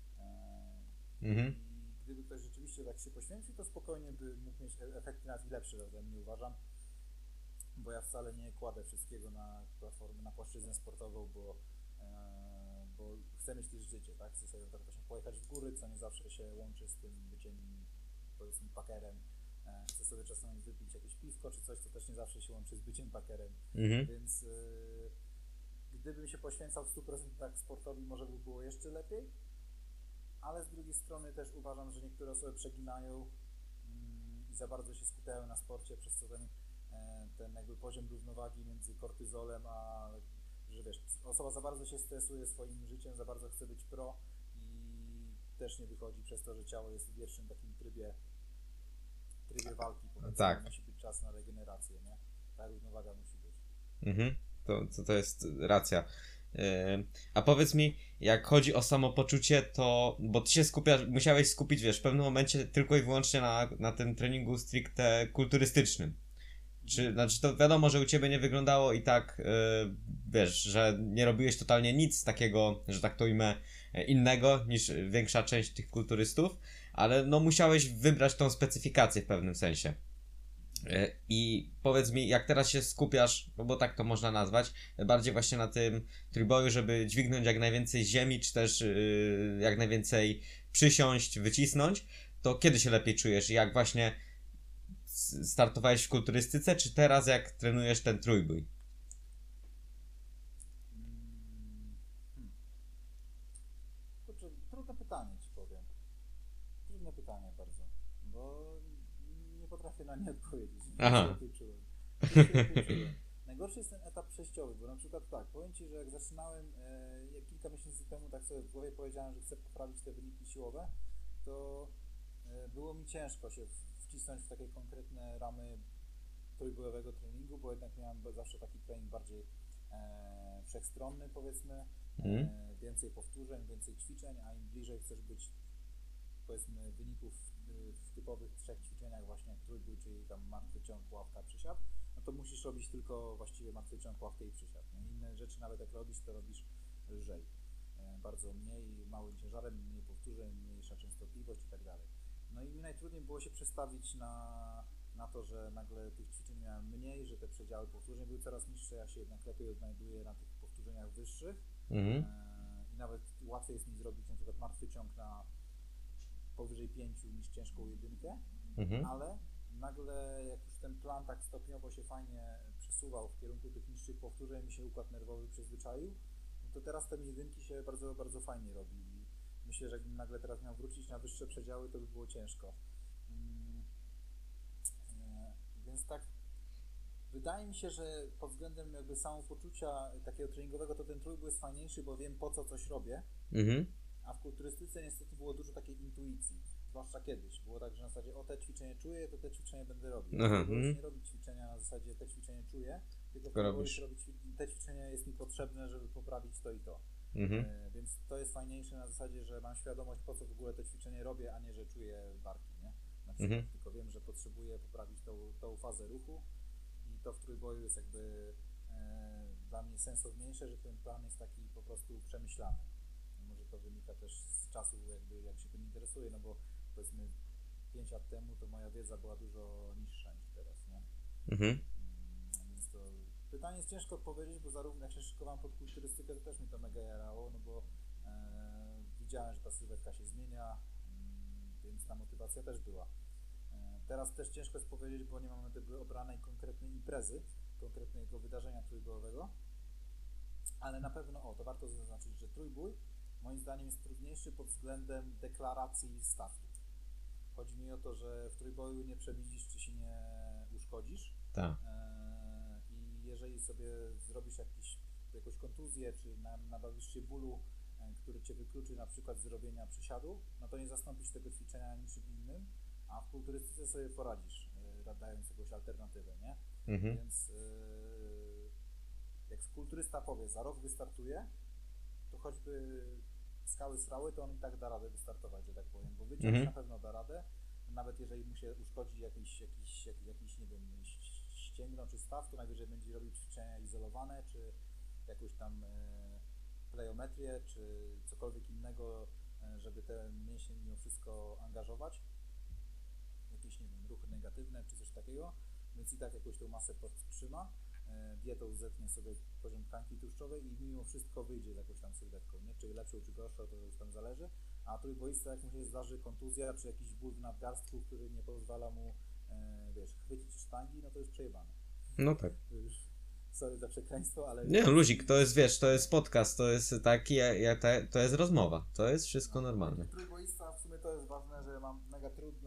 Eee, Mhm. I gdyby ktoś rzeczywiście tak się poświęcił, to spokojnie by mógł mieć e- efekty nawet i lepsze ode mnie, uważam. Bo ja wcale nie kładę wszystkiego na platformę, na płaszczyznę sportową, bo e, bo chcę mieć też życie, tak? Chcę sobie właśnie pojechać w góry, co nie zawsze się łączy z tym byciem, powiedzmy, pakerem. E, chcę sobie czasami wypić jakieś piwko czy coś, co też nie zawsze się łączy z byciem pakerem. Mhm. Więc e, gdybym się poświęcał w stu procentach sportowi, może by było jeszcze lepiej, ale z drugiej strony też uważam, że niektóre osoby przeginają mm, i za bardzo się skupiają na sporcie, przez co ten, ten jakby poziom równowagi między kortyzolem a, że wiesz, osoba za bardzo się stresuje swoim życiem, za bardzo chce być pro i też nie wychodzi przez to, że ciało jest w wiecznym takim trybie trybie walki, powiedzmy, tak. Musi być czas na regenerację, nie? Ta równowaga musi być. Mhm, to, to, to jest racja. Yy, a powiedz mi, jak chodzi o samopoczucie, to, bo ty się skupiasz, musiałeś skupić, wiesz, w pewnym momencie tylko i wyłącznie na, na tym treningu stricte kulturystycznym. Czy, znaczy to wiadomo, że u ciebie nie wyglądało i tak, yy, wiesz, że nie robiłeś totalnie nic takiego, że tak to ujmę, innego niż większa część tych kulturystów, ale no musiałeś wybrać tą specyfikację w pewnym sensie. Yy, I powiedz mi, jak teraz się skupiasz, no bo tak to można nazwać, bardziej właśnie na tym trójboju, żeby dźwignąć jak najwięcej ziemi, czy też yy, jak najwięcej przysiąść, wycisnąć, to kiedy się lepiej czujesz? Jak właśnie startowałeś w kulturystyce, czy teraz jak trenujesz ten trójbój? Hmm. Kurczę, trudne pytanie ci powiem. Trudne pytanie bardzo, bo nie potrafię na nie odpowiedzieć. Aha. Najgorszy jest ten etap przejściowy, bo na przykład tak, powiem ci, że jak zaczynałem e, kilka miesięcy temu, tak sobie w głowie powiedziałem, że chcę poprawić te wyniki siłowe, to e, było mi ciężko się wcisnąć w takie konkretne ramy trójbojowego treningu, bo jednak miałem zawsze taki trening bardziej e, wszechstronny, powiedzmy, mm. e, więcej powtórzeń, więcej ćwiczeń, a im bliżej chcesz być, powiedzmy, wyników w, w typowych trzech ćwiczeniach, właśnie jak trójbój, czyli tam martwy ciąg, ławka, przysiad, no to musisz robić tylko właściwie martwy ciąg, ławkę i przysiad. Nie? Inne rzeczy nawet jak robisz, to robisz lżej. E, bardzo mniej, małym ciężarem, mniej powtórzeń, mniejsza częstotliwość i tak dalej. No i mi najtrudniej było się przestawić na, na to, że nagle tych ćwiczeń miałem mniej, że te przedziały powtórzeń były coraz niższe, ja się jednak lepiej odnajduję na tych powtórzeniach wyższych mm. e, i nawet łatwiej jest mi zrobić na przykład martwy ciąg na powyżej pięciu niż ciężką jedynkę, mm. ale nagle jak już ten plan tak stopniowo się fajnie przesuwał w kierunku tych niższych powtórzeń, mi się układ nerwowy przyzwyczaił, no to teraz te jedynki się bardzo, bardzo fajnie robi. Myślę, że jakbym nagle teraz miał wrócić na wyższe przedziały, to by było ciężko. Hmm. E, więc tak, wydaje mi się, że pod względem jakby samopoczucia takiego treningowego, to ten trójbój jest fajniejszy, bo wiem, po co coś robię, mm-hmm. a w kulturystyce niestety było dużo takiej intuicji, zwłaszcza kiedyś. Było tak, że na zasadzie, o te ćwiczenie czuję, to te ćwiczenie będę robił. Aha, bo mm. już nie robić ćwiczenia na zasadzie, te ćwiczenie czuję, tylko w robisz robić te ćwiczenie jest mi potrzebne, żeby poprawić to i to. Mhm. E, więc to jest fajniejsze na zasadzie, że mam świadomość, po co w ogóle to ćwiczenie robię, a nie, że czuję barki, nie? Na przykład, Mhm. tylko wiem, że potrzebuję poprawić tą, tą fazę ruchu i to w trójboju jest jakby e, dla mnie sensowniejsze, że ten plan jest taki po prostu przemyślany. Może to wynika też z czasu, jakby jak się tym interesuję, no bo powiedzmy pięć lat temu to moja wiedza była dużo niższa niż teraz, nie? Mhm. Więc to pytanie jest ciężko odpowiedzieć, bo zarówno jak się szykowałem pod kulturystykę, to też mi to mega jarało, no bo e, widziałem, że ta sylwetka się zmienia, mm, więc ta motywacja też była. E, teraz też ciężko jest powiedzieć, bo nie mamy tego obranej konkretnej imprezy, konkretnego wydarzenia trójbojowego, ale na pewno, o, to warto zaznaczyć, że trójbój moim zdaniem jest trudniejszy pod względem deklaracji startu. Chodzi mi o to, że w trójboju nie przewidzisz, czy się nie uszkodzisz. Tak. E, I jeżeli sobie zrobisz jakiś, jakąś kontuzję, czy nabawisz się bólu, e, który cię wykluczy na przykład z robienia przysiadu, no to nie zastąpisz tego ćwiczenia niczym innym, a w kulturystyce sobie poradzisz, e, dając jakąś alternatywę, nie? Mhm. Więc e, jak kulturysta powie, za rok wystartuje, to choćby skały srały, to on i tak da radę wystartować, że tak powiem, bo wyciąg Mhm. na pewno da radę, nawet jeżeli mu się uszkodzi jakiś, jakiś, jakiś, jakiś nie wiem, ścięgno czy staw, to najwyżej będzie robił ćwiczenia izolowane, czy jakąś tam e, plejometrię, czy cokolwiek innego, e, żeby te mięśnie mimo wszystko angażować, jakieś, nie wiem, ruchy negatywne, czy coś takiego, więc i tak jakąś tą masę podtrzyma, e, dietą zetnie sobie poziom tkanki tłuszczowej i mimo wszystko wyjdzie z jakąś tam sylwetką, nie? Czy lepszą, czy gorszą, to już tam zależy, a trójboista, jak mu się zdarzy kontuzja, czy jakiś ból w nadgarstku, który nie pozwala mu, e, wiesz, chwycić sztangi, no to już przejebane. No tak. To już, sorry za przekleństwo, ale... Nie, luzik, to jest, wiesz, to jest podcast, to jest taki, ja, ja, to jest rozmowa, to jest wszystko normalne. Trójboista w sumie to jest ważne, że mam mega trudno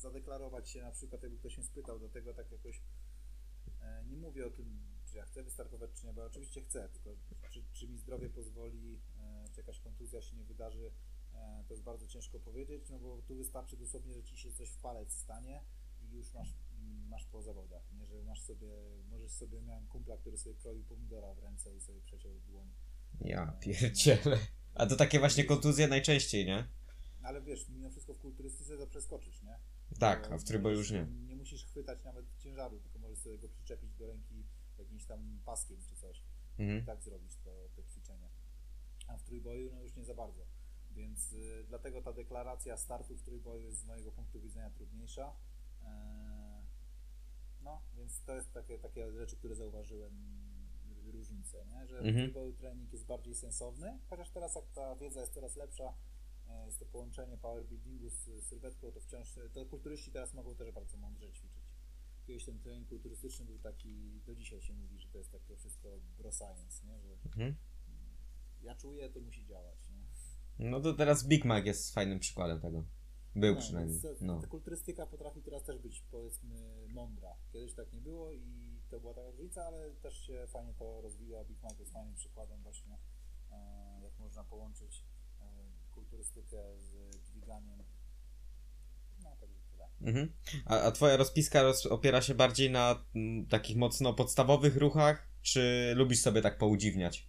zadeklarować się, na przykład jakby ktoś mnie spytał, do tego tak jakoś e, nie mówię o tym, czy ja chcę wystartować, czy nie, bo ja oczywiście chcę, tylko czy, czy mi zdrowie pozwoli, e, czy jakaś kontuzja się nie wydarzy, e, to jest bardzo ciężko powiedzieć, no bo tu wystarczy dosłownie, że ci się coś w palec stanie i już masz, masz po zawodach, nie, że masz sobie, możesz sobie, miałem kumpla, który sobie kroił pomidora w ręce i sobie przeciął dłoń. Ja pierdzielę. A to takie właśnie kontuzje najczęściej, nie? Ale wiesz, mimo wszystko w kulturystyce to przeskoczysz, nie? Tak, Bo a w trójboju już nie. Nie musisz chwytać nawet ciężaru, tylko możesz sobie go przyczepić do ręki jakimś tam paskiem czy coś. Mhm. I tak zrobić to, to ćwiczenie. A w trójboju no już nie za bardzo. Więc y, dlatego ta deklaracja startu w trójboju jest z mojego punktu widzenia trudniejsza. Eee, no, więc to jest takie, takie rzeczy, które zauważyłem, różnice, nie? Że Mhm. w trójboju trening jest bardziej sensowny, chociaż teraz jak ta wiedza jest coraz lepsza, jest to połączenie powerbuildingu z sylwetką, to wciąż, to kulturyści teraz mogą też bardzo mądrze ćwiczyć. Kiedyś ten trening kulturystyczny był taki, do dzisiaj się mówi, że to jest takie wszystko bro science, nie? Że Mhm. ja czuję, to musi działać, nie? No to teraz Big Mac jest fajnym przykładem tego. Był No, przynajmniej. więc No. ta kulturystyka potrafi teraz też być, powiedzmy, mądra. Kiedyś tak nie było i to była taka różnica, ale też się fajnie to rozwija. Big Mac jest fajnym przykładem właśnie, e, jak można połączyć e, kulturystykę z dźwiganiem. No, także tyle. Mhm. A, a twoja rozpiska roz, opiera się bardziej na m, takich mocno podstawowych ruchach, czy lubisz sobie tak poudziwniać?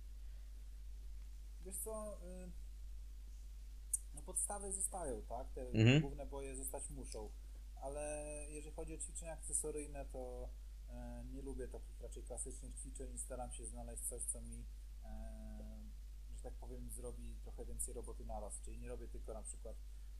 Wiesz co, y, no podstawy zostają, tak? Te Mhm. główne boje zostać muszą, ale jeżeli chodzi o ćwiczenia akcesoryjne, to e, nie lubię takich raczej klasycznych ćwiczeń i staram się znaleźć coś, co mi, e, że tak powiem, zrobi trochę więcej roboty naraz, czyli nie robię tylko na przykład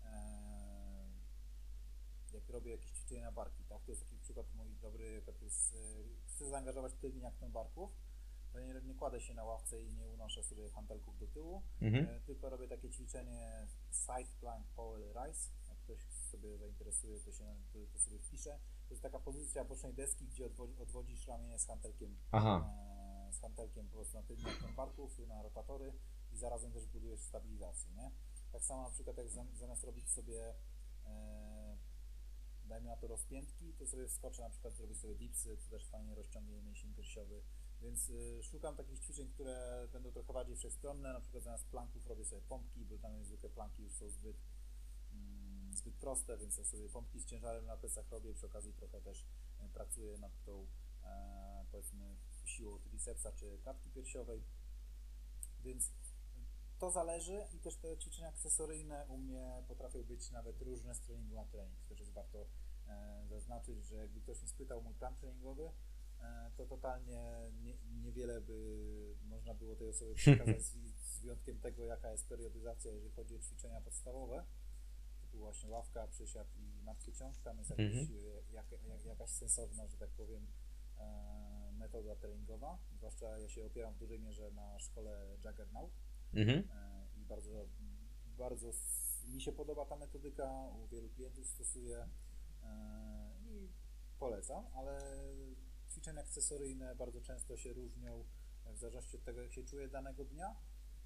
e, jak robię jakieś ćwiczenie na barki, tak? To jest taki przykład mój dobry, to jest, e, chcę zaangażować tylnie akną barków, to nie, nie kładę się na ławce i nie unoszę sobie hantelków do tyłu, Mhm. e, tylko robię takie ćwiczenie side plank power rise. Jak ktoś sobie zainteresuje, to się to, to sobie wpisze. To jest taka pozycja bocznej deski, gdzie odwodzi, odwodzisz ramię z hantelkiem, Aha. e, z hantelkiem po prostu na tylnie barków, na rotatory i zarazem też budujesz stabilizację, nie? Tak samo na przykład jak zam, zamiast robić sobie e, dajmy na to rozpiętki, to sobie wskoczę, na przykład zrobię sobie dipsy, to też fajnie rozciągnie mięsień piersiowy. Więc y, szukam takich ćwiczeń, które będą trochę bardziej wszechstronne, na przykład zamiast planków robię sobie pompki, bo tam zwykle planki już są zbyt, mm, zbyt proste, więc ja sobie pompki z ciężarem na plecach robię, przy okazji trochę też y, pracuję nad tą, e, powiedzmy, siłą tricepsa czy klatki piersiowej, więc to zależy i też te ćwiczenia akcesoryjne u mnie potrafią być nawet różne z treningu na trening, to też jest warto e, zaznaczyć, że jakby ktoś mi spytał mój plan treningowy, to totalnie nie, niewiele by można było tej osobie przekazać z, z wyjątkiem tego, jaka jest periodyzacja, jeżeli chodzi o ćwiczenia podstawowe, typu właśnie ławka, przysiad i martwy ciąg, tam jest jakiś, Mhm. jak, jak, jakaś sensowna, że tak powiem, e, metoda treningowa, zwłaszcza ja się opieram w dużej mierze na szkole Juggernaut Mhm. e, i bardzo, bardzo s- mi się podoba ta metodyka, u wielu klientów stosuję e, i polecam, ale ćwiczenia akcesoryjne bardzo często się różnią w zależności od tego, jak się czuję danego dnia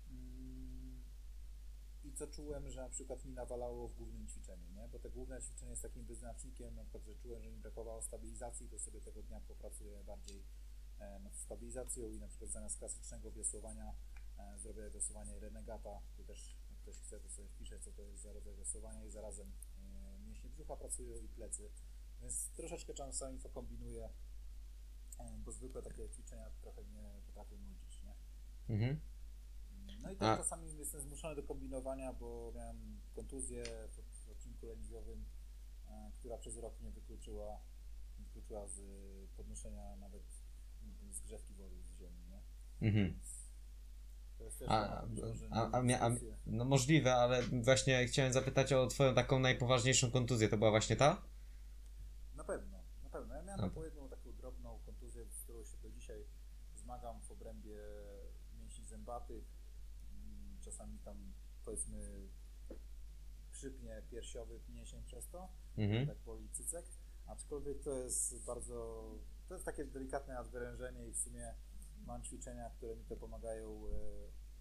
i co czułem, że na przykład mi nawalało w głównym ćwiczeniu, nie? Bo te główne ćwiczenie jest takim wyznacznikiem, na przykład, że czułem, że mi brakowało stabilizacji, to sobie tego dnia popracuję bardziej nad stabilizacją i na przykład zamiast klasycznego wiosłowania e, zrobię wiosłowanie renegata, tu też jak ktoś chce, to sobie wpisze, co to jest za rodzaj wiosłowania i zarazem e, mięśnie brzucha pracują i plecy, więc troszeczkę czasami to kombinuję, bo zwykłe takie ćwiczenia trochę mnie potrafią nudzić, nie? Mhm. No i też A- czasami jestem zmuszony do kombinowania, bo miałem kontuzję w, w odcinku lędźwiowym, e, która przez rok mnie wykluczyła, wykluczyła z podnoszenia nawet zgrzewki wody z ziemi, nie? Mhm. To jest też A, być może a, a, mia- a, dyskusja. no możliwe, ale właśnie chciałem zapytać o twoją taką najpoważniejszą kontuzję. To była właśnie ta? Na pewno, na pewno. Ja miałem No. taką jedną taką drobną kontuzję, z którą się do dzisiaj zmagam w obrębie mięśni zębatych. Mm, Czasami tam, powiedzmy, przypnie piersiowy mięsień przez to, Mhm. tak boli cycek. Aczkolwiek to jest bardzo, to jest takie delikatne nadwyrężenie i w sumie mam ćwiczenia, które mi to pomagają e,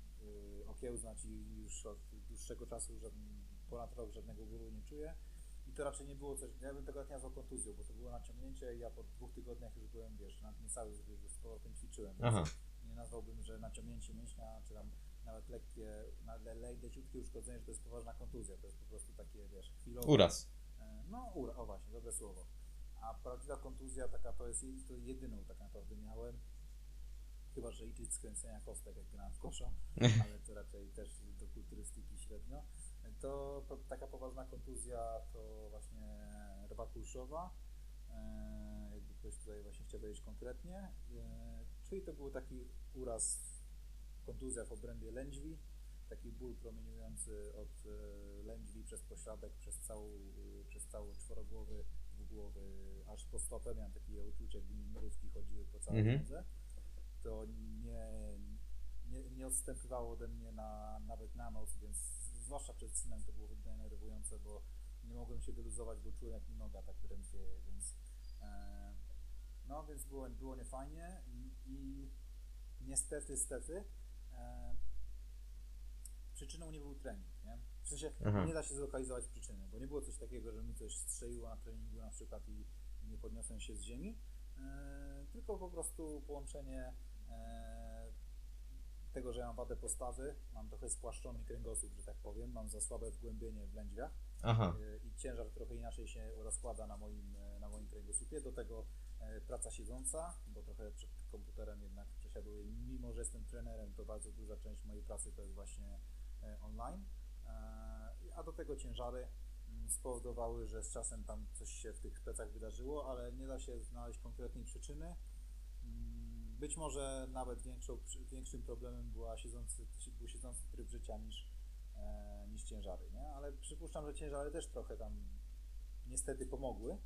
e, okiełznać i już od dłuższego czasu, żaden, ponad rok żadnego bólu nie czuję. I to raczej nie było coś, ja bym tego nie nazwał kontuzją, bo to było naciągnięcie i ja po dwóch tygodniach już byłem, wiesz, nawet niecały już z powrotem ćwiczyłem, Aha. nie nazwałbym, że naciągnięcie mięśnia, czy tam nawet lekkie, nawet leciutkie uszkodzenie, że to jest poważna kontuzja, to jest po prostu takie, wiesz, chwilowe. Uraz. No, ura, o właśnie, dobre słowo. A prawdziwa kontuzja taka to jest, to jedyną tak naprawdę miałem, chyba że liczyć skręcenia kostek, jak grałem w kosza, ale to raczej też do kulturystyki średnio. To, to taka poważna kontuzja to właśnie rwa kulszowa, e, jakby ktoś tutaj właśnie chciał wiedzieć konkretnie, e, czyli to był taki uraz, kontuzja w obrębie lędźwi, taki ból promieniujący od e, lędźwi przez pośladek, przez całą, przez cały czworogłowy, dwugłowy, aż po stopę. Miałem takie uczucie, jakby mi mrówki chodziły po całej Mhm. nodze. To nie, nie, nie odstępywało ode mnie na, nawet na noc, więc zwłaszcza przed snem to było denerwujące, bo nie mogłem się wyluzować, bo czułem, jak mi noga tak drętwieje, więc e, no, więc było, było niefajnie i, i niestety, stety e, przyczyną nie był trening, nie? W sensie Aha. nie da się zlokalizować przyczyny, bo nie było coś takiego, że mi coś strzeliło na treningu na przykład i, i nie podniosłem się z ziemi, e, tylko po prostu połączenie e, tego, że ja mam wadę postawy, mam trochę spłaszczony kręgosłup, że tak powiem, mam za słabe wgłębienie w lędźwiach. Aha. e, i ciężar trochę inaczej się rozkłada na moim, e, na moim kręgosłupie, do tego e, praca siedząca, bo trochę przed komputerem jednak przesiaduję, mimo że jestem trenerem, to bardzo duża część mojej pracy to jest właśnie online, a do tego ciężary spowodowały, że z czasem tam coś się w tych plecach wydarzyło, ale nie da się znaleźć konkretnej przyczyny. Być może nawet większą, większym problemem była siedzący, był siedzący tryb życia niż, niż ciężary, nie? Ale przypuszczam, że ciężary też trochę tam niestety pomogły.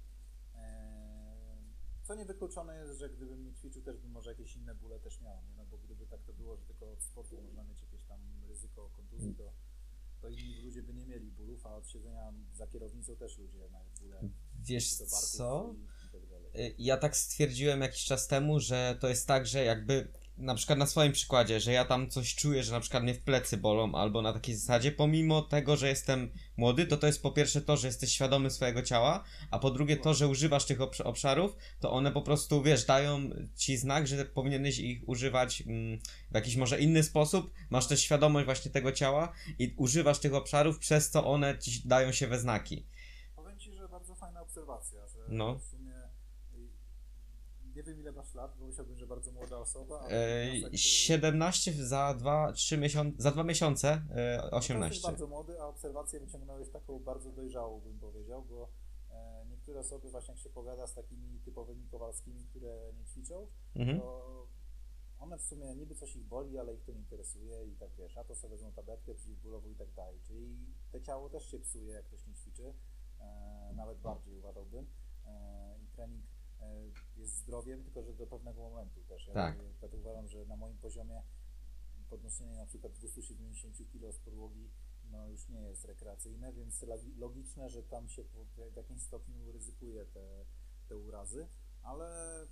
Co niewykluczone jest, że gdybym nie ćwiczył, też bym może jakieś inne bóle też miał, nie? No bo gdyby tak to było, że tylko od sportu można mieć jakieś tam ryzyko kontuzji, to, to inni ludzie by nie mieli bólów, a od siedzenia za kierownicą też ludzie mają bóle. Wiesz do barków co? I, i tak dalej. Ja tak stwierdziłem jakiś czas temu, że to jest tak, że jakby na przykład na swoim przykładzie, że ja tam coś czuję, że na przykład mnie w plecy bolą albo na takiej zasadzie, pomimo tego, że jestem młody, to to jest po pierwsze to, że jesteś świadomy swojego ciała, a po drugie to, że używasz tych obsz- obszarów, to one po prostu, wiesz, dają ci znak, że powinieneś ich używać mm, w jakiś może inny sposób, masz też świadomość właśnie tego ciała i używasz tych obszarów, przez co one ci dają się we znaki. Powiem Ci, że bardzo fajna obserwacja, że No. w sumie nie wiem ile masz lat, bo myślałbym, że bardzo młoda osoba, ale Eee, wniosek, siedemnaście za dwa, trzy miesiące, za dwa miesiące, e, no to osiemnaście. jesteś bardzo młody, a obserwację wyciągnąłeś taką bardzo dojrzałą, bym powiedział, bo e, niektóre osoby właśnie jak się pogada z takimi typowymi Kowalskimi, które nie ćwiczą, Mhm. to one w sumie niby coś ich boli, ale ich to nie interesuje i tak wiesz, a to sobie wezmą tabletkę przeciwbólową i tak dalej, czyli te ciało też się psuje, jak ktoś nie ćwiczy, e, nawet bardziej uważałbym e, i trening e, jest zdrowiem, tylko że do pewnego momentu też. Ja, Tak. ja to uważam, że na moim poziomie podnoszenie na przykład dwieście siedemdziesiąt kilo z podłogi no już nie jest rekreacyjne, więc logiczne, że tam się w jakimś stopniu ryzykuje te, te urazy, ale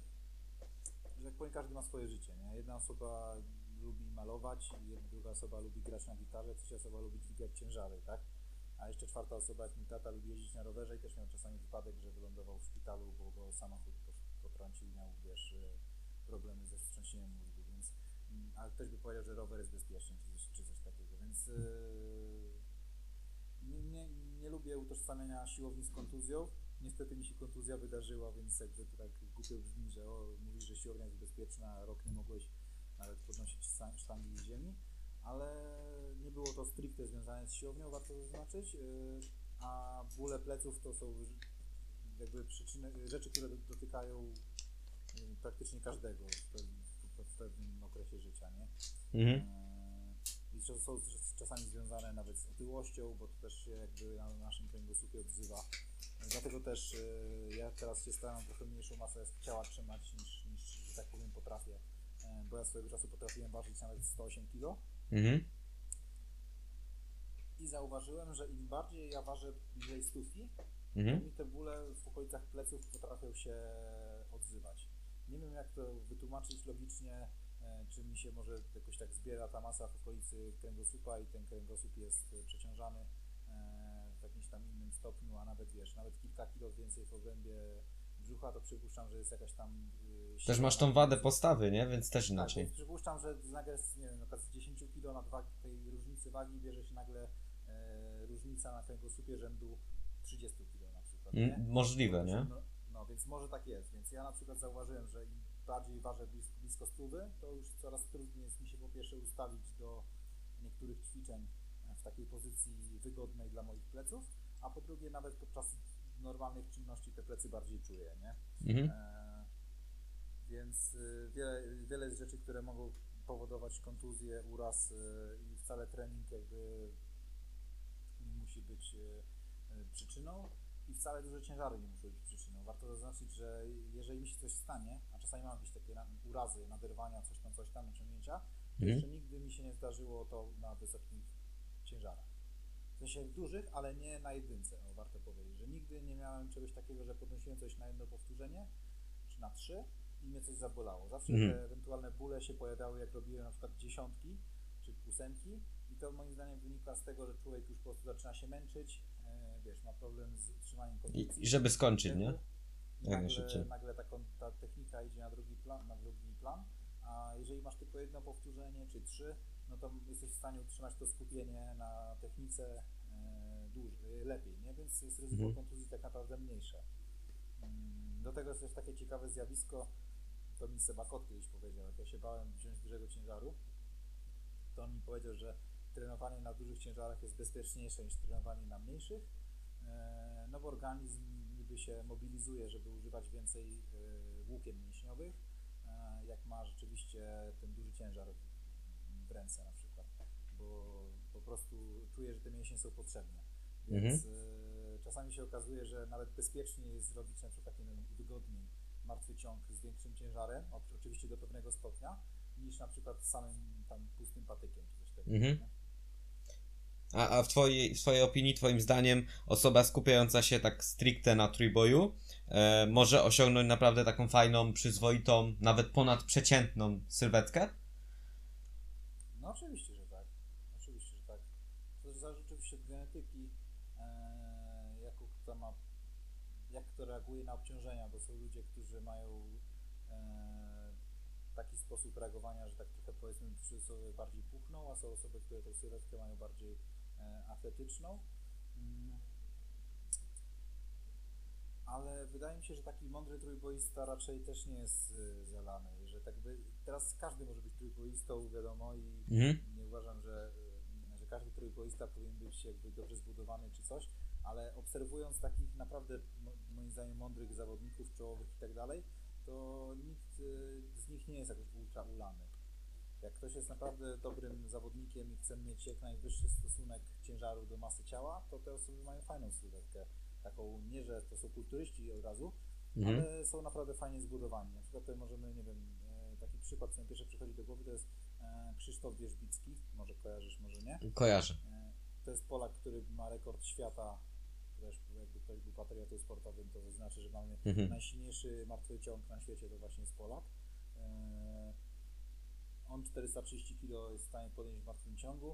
że jak powiem, każdy ma swoje życie, nie? Jedna osoba lubi malować, druga osoba lubi grać na gitarze, trzecia osoba lubi dźwigać ciężary, tak? A jeszcze czwarta osoba, jak mój tata, lubi jeździć na rowerze i też miał czasami wypadek, że wylądował w szpitalu, bo go samochód potrącił i miał, wiesz, problemy ze wstrząśnieniem mózgu, więc ale ktoś by powiedział, że rower jest bezpieczny, czy coś, czy coś takiego, więc yy, nie, nie, nie lubię utożsamiania siłowni z kontuzją. Niestety mi się kontuzja wydarzyła, więc jakby to tak głupio brzmi, że o, mówisz, że siłownia jest bezpieczna, a rok nie mogłeś nawet podnosić sztangi z ziemi, ale nie było to stricte związane z siłownią, warto zaznaczyć, yy, a bóle pleców to są jakby przyczyny, rzeczy, które dotykają yy, praktycznie każdego w pewnym okresie życia, nie? Mhm. I że są czasami związane nawet z otyłością, bo to też się jakby na naszym kręgosłupie odzywa. Dlatego też ja teraz się staram trochę mniejszą masę ciała trzymać niż, niż że tak powiem potrafię, bo ja swojego czasu potrafiłem ważyć nawet sto osiem kilo. Mhm. I zauważyłem, że im bardziej ja ważę bliżej stówki, Mhm. to mi te bóle w okolicach pleców potrafią się odzywać. Nie wiem jak to wytłumaczyć logicznie, czy mi się może jakoś tak zbiera ta masa w okolicy kręgosłupa i ten kręgosłup jest przeciążany w jakimś tam innym stopniu, a nawet wiesz, nawet kilka kilo więcej w obrębie brzucha, to przypuszczam, że jest jakaś tam... Yy, Też masz tą wadę postawy, nie? Więc też inaczej. Tak, więc przypuszczam, że nagle z, nie wiem, z dziesięć kilo na dwa tej różnicy wagi bierze się nagle e, różnica na kręgosłupie rzędu trzydzieści kilo na przykład, nie? Mm, możliwe, nie? No, no, więc może tak jest, więc ja na przykład zauważyłem, że im bardziej ważę blisko, blisko stówy, to już coraz trudniej jest mi się po pierwsze ustawić do niektórych ćwiczeń w takiej pozycji wygodnej dla moich pleców, a po drugie nawet podczas normalnych czynności te plecy bardziej czuję, nie? Mhm. E, więc y, wiele, wiele jest rzeczy, które mogą powodować kontuzję, uraz y, i wcale trening jakby nie musi być y, y, przyczyną i wcale duże ciężary nie muszą być przyczyną. Warto zaznaczyć, że jeżeli mi się coś stanie, a czasami mam jakieś takie urazy, naderwania, coś tam, coś tam, naciągnięcia, to Mhm. jeszcze nigdy mi się nie zdarzyło to na wysokich ciężarach. W sensie dużych, ale nie na jedynce, no, warto powiedzieć, że nigdy nie miałem czegoś takiego, że podnosiłem coś na jedno powtórzenie, czy na trzy i mnie coś zabolało. Zawsze Mhm. te ewentualne bóle się pojawiały, jak robiłem na przykład dziesiątki, czy ósemki i to moim zdaniem wynika z tego, że człowiek już po prostu zaczyna się męczyć, e, wiesz, ma problem z utrzymaniem kondycji. I, i żeby skończyć, nie? I Jak nagle, najszybciej. nagle ta, kon- ta technika idzie na drugi plan, na drugi plan, a jeżeli masz tylko jedno powtórzenie, czy trzy, no to jesteś w stanie utrzymać to skupienie na technice e, dłużej, lepiej, nie? Więc jest ryzyko Mhm. kontuzji tak naprawdę mniejsze. Mm, Do tego jest też takie ciekawe zjawisko, to mi Seba Kot kiedyś powiedział, jak ja się bałem wziąć dużego ciężaru, to on mi powiedział, że trenowanie na dużych ciężarach jest bezpieczniejsze niż trenowanie na mniejszych, e, no bo organizm niby się mobilizuje, żeby używać więcej e, włókien mięśniowych, e, jak ma rzeczywiście ten duży ciężar w ręce na przykład, bo po prostu czuje, że te mięśnie są potrzebne. Więc Mhm. e, czasami się okazuje, że nawet bezpieczniej jest zrobić na przykład, nie wiem, wygodniej martwy ciąg z większym ciężarem, o- oczywiście do pewnego stopnia, niż na przykład samym tam pustym patykiem czy coś takiego. Mhm. nie? A, a w, twojej, w twojej opinii, twoim zdaniem, osoba skupiająca się tak stricte na trójboju e, może osiągnąć naprawdę taką fajną, przyzwoitą, nawet ponadprzeciętną sylwetkę? No oczywiście, że tak. Oczywiście, że tak. To zależy oczywiście od genetyki, e, jaką kto ma, jak kto reaguje na obciążenia, bo są ludzie, którzy mają e, taki sposób reagowania, że tak trochę powiedzmy przy sobie bardziej puchną, a są osoby, które tą sylwetkę mają bardziej e, atletyczną. Mm. Ale wydaje mi się, że taki mądry trójboista raczej też nie jest y, zalany, że tak by, teraz każdy może być trójboistą, wiadomo, i Mhm. nie uważam, że, y, że każdy trójboista powinien być jakby dobrze zbudowany czy coś, ale obserwując takich naprawdę mo- moim zdaniem mądrych zawodników czołowych i tak dalej, to nikt y, z nich nie jest jakoś ultra ulany. Jak ktoś jest naprawdę dobrym zawodnikiem i chce mieć jak najwyższy stosunek ciężaru do masy ciała, to te osoby mają fajną sylwetkę. Taką, nie że to są kulturyści od razu, Mhm. ale są naprawdę fajnie zbudowani. Na przykład tutaj możemy, nie wiem, e, taki przykład, co mi pierwszy przychodzi do głowy, to jest e, Krzysztof Wierzbicki, może kojarzysz, może nie. Kojarzę. E, To jest Polak, który ma rekord świata, też jakby ktoś był patriotą sportowym, to znaczy, że mamy Mhm. najsilniejszy martwy ciąg na świecie, to właśnie jest Polak. E, On czterysta trzydzieści kilo jest w stanie podnieść w martwym ciągu.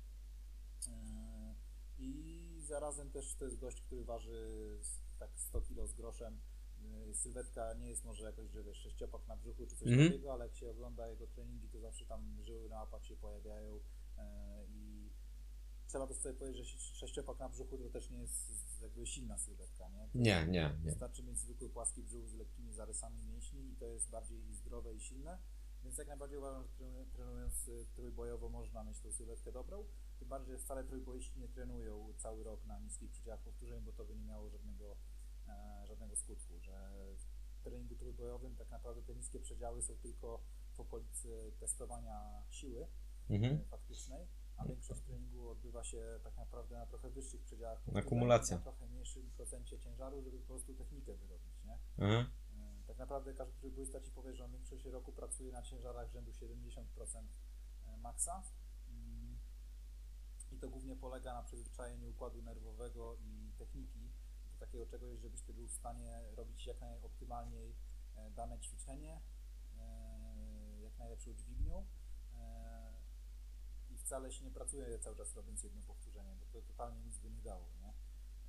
E, I zarazem też to jest gość, który waży s- tak sto kilo z groszem. E, Sylwetka nie jest może jakoś, że wiesz, sześciopak na brzuchu czy coś Mhm. takiego, ale jak się ogląda jego treningi, to zawsze tam żyły na łapach się pojawiają e, i trzeba też sobie powiedzieć, że sze- sześciopak na brzuchu to też nie jest z- jakby silna sylwetka, nie? To Nie, nie, nie. Wystarczy mieć zwykły płaski brzuch z lekkimi zarysami mięśni i to jest bardziej zdrowe i silne, więc jak najbardziej uważam, że trenu- trenując y, trójbojowo można mieć tą sylwetkę dobrą, tym bardziej, że wcale trójboiści nie trenują cały rok na niskich przedziałach powtórzeń, bo to by nie miało żadnego, e, żadnego skutku, że w treningu trójbojowym tak naprawdę te niskie przedziały są tylko w okolicy testowania siły Mhm. e, faktycznej, a większość treningu odbywa się tak naprawdę na trochę wyższych przedziałach powtórzeń, Akumulacja. na trochę mniejszym procencie ciężaru, żeby po prostu technikę wyrobić, nie? Aha. E, Tak naprawdę każdy trójboista ci powie, że on większość roku pracuje na ciężarach rzędu siedemdziesiąt procent maksa. Mm, I to głównie polega na przyzwyczajeniu układu nerwowego i techniki do takiego czegoś, żebyś ty był w stanie robić jak najoptymalniej e, dane ćwiczenie, e, jak najlepszą dźwignią e, i wcale się nie pracuje cały czas robiąc jedno powtórzenie, bo to totalnie nic by nie dało, nie?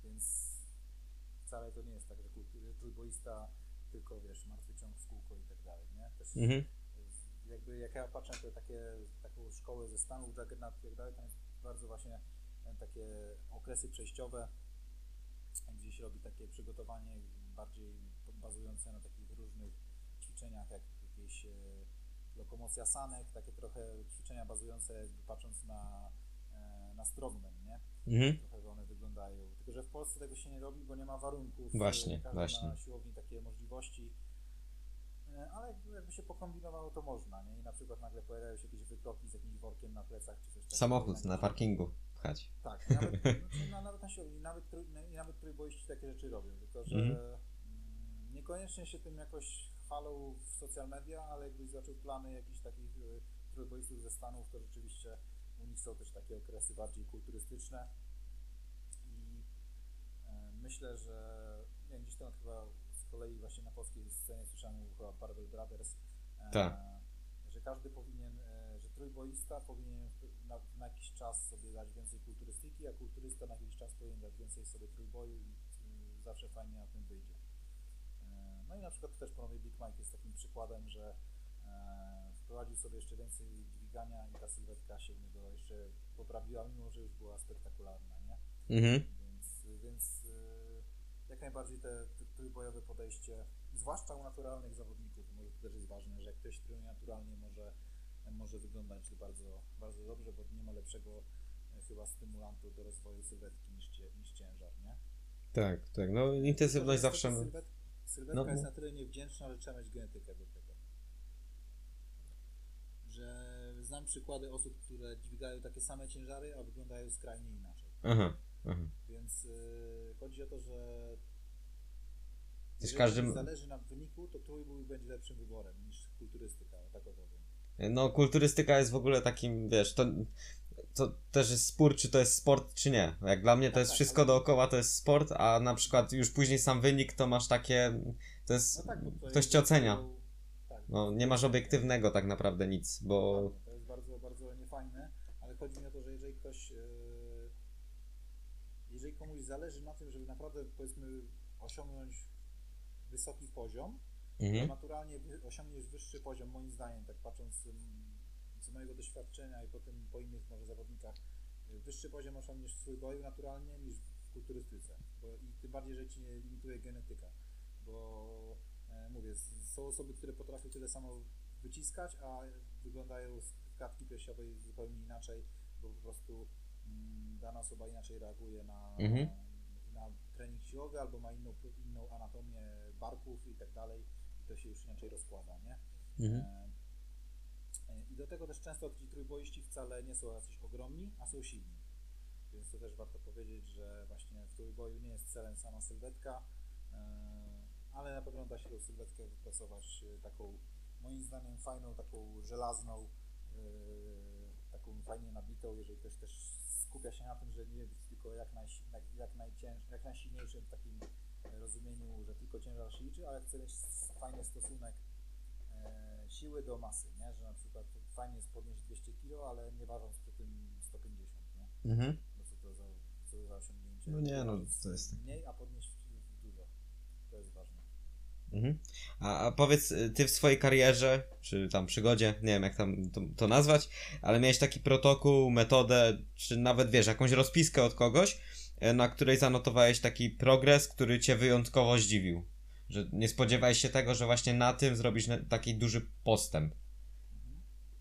więc wcale to nie jest tak, że kultury, trójboista tylko, wiesz, martwy ciąg w kółko i tak dalej, nie? Też Mhm. jakby jak ja patrzę na te takie, taką szkołę ze Stanów, Juggernaut i tak dalej, tam jest bardzo właśnie takie okresy przejściowe, gdzie się robi takie przygotowanie bardziej bazujące na takich różnych ćwiczeniach, jak jakieś e, lokomocja sanek, takie trochę ćwiczenia bazujące, jakby patrząc na, e, na strongman, nie? Mhm. Trochę one wyglądają. Tylko że w Polsce tego się nie robi, bo nie ma warunków. Właśnie, każdy właśnie. ma na siłowni takie możliwości. E, ale jakby, jakby się pokombinowało, to można, nie? I na przykład nagle pojawiają się jakieś wykroki z jakimś workiem na plecach, czy coś takiego. Samochód na parkingu pchać. Tak, i nawet, znaczy, no, nawet na siłowni, nawet, trój, i nawet trójboiści takie rzeczy robią, tylko że Mhm. mm, niekoniecznie się tym jakoś chwalą w social media, ale jakbyś zobaczył plany jakichś takich y, trójboistów ze Stanów, to rzeczywiście u nich są też takie okresy bardziej kulturystyczne i y, myślę, że nie wiem, gdzieś tam chyba z kolei właśnie na polskiej scenie słyszałem chyba Barbell Brothers, e, Tak. że każdy powinien, e, że trójboista powinien na, na jakiś czas sobie dać więcej kulturystyki, a kulturysta na jakiś czas powinien dać więcej sobie trójboju i y, zawsze fajnie na tym wyjdzie. E, no i na przykład też panowie Big Mike jest takim przykładem, że e, wprowadził sobie jeszcze więcej dźwigania i ta sylwetka się u niego jeszcze poprawiła, mimo że już była spektakularna, nie? Mhm. Więc, więc y, jak najbardziej te, te trójbojowe podejście, zwłaszcza u naturalnych zawodników, może to też jest ważne, że jak ktoś trenuje naturalnie, może, może wyglądać to bardzo, bardzo dobrze, bo nie ma lepszego e, chyba stymulantu do rozwoju sylwetki niż, cie, niż ciężar, nie? Tak, tak. No intensywność Tylko, że zawsze... niestety Sylwet, sylwetka No, jest no. na tyle niewdzięczna, że trzeba mieć genetykę do tego. Że znam przykłady osób, które dźwigają takie same ciężary, a wyglądają skrajnie inaczej. Aha, aha. Więc y, chodzi o to, że Też jeżeli każdy... mi zależy na wyniku, to trójbój będzie lepszym wyborem niż kulturystyka, o tak opowiem. No kulturystyka jest w ogóle takim, wiesz, to, to też jest spór, czy to jest sport, czy nie. Jak dla mnie to Tak, jest tak, wszystko ale- dookoła, to jest sport, a na przykład już później sam wynik to masz takie, to jest, No tak, bo to ktoś jest- cię ocenia. Tak, No nie masz obiektywnego tak naprawdę nic, bo... dokładnie. To jest bardzo, bardzo niefajne, ale chodzi mi o to, że jeżeli ktoś, e, jeżeli komuś zależy na tym, żeby naprawdę, powiedzmy, osiągnąć wysoki poziom, to Mhm. naturalnie wy- osiągniesz wyższy poziom, moim zdaniem, tak patrząc ym, z mojego doświadczenia i potem po innych może zawodnikach, y, wyższy poziom osiągniesz w trójboju naturalnie niż w kulturystyce, bo, i tym bardziej, że ci nie limituje genetyka, bo e, mówię, s- są osoby, które potrafią tyle samo wyciskać, a wyglądają z klatki piersiowej zupełnie inaczej, bo po prostu mm, dana osoba inaczej reaguje na, Mhm. na trening siłowy albo ma inną, inną anatomię barków i tak dalej i to się już inaczej rozkłada, nie? Mhm. E, e, I do tego też często ci trójboiści wcale nie są jacyś ogromni, a są silni. Więc to też warto powiedzieć, że właśnie w trójboju nie jest celem sama sylwetka, e, ale na pewno da się tą sylwetkę wypracować e, taką, moim zdaniem, fajną, taką żelazną, e, taką fajnie nabitą, jeżeli ktoś też skupia się na tym, że nie być tylko jak, naj, jak, jak, najcięż, jak najsilniejszym w takim e, rozumieniu, że tylko ciężar się liczy, ale chce mieć s- fajny stosunek e, siły do masy, nie? Że na przykład fajnie jest podnieść dwieście kilo, ale nie ważąc przy tym sto pięćdziesiąt, nie? Mhm. No co to za, co to za osiągnięcie? No nie, no, Ważyć to jest- mniej, a podnieść w- w dużo. To jest ważne. Mhm. A, a powiedz, y, ty w swojej karierze, czy tam przygodzie, nie wiem jak tam to, to nazwać, ale miałeś taki protokół, metodę, czy nawet wiesz, jakąś rozpiskę od kogoś, e, na której zanotowałeś taki progres, który cię wyjątkowo zdziwił. Że nie spodziewałeś się tego, że właśnie na tym zrobisz na- taki duży postęp. Mhm.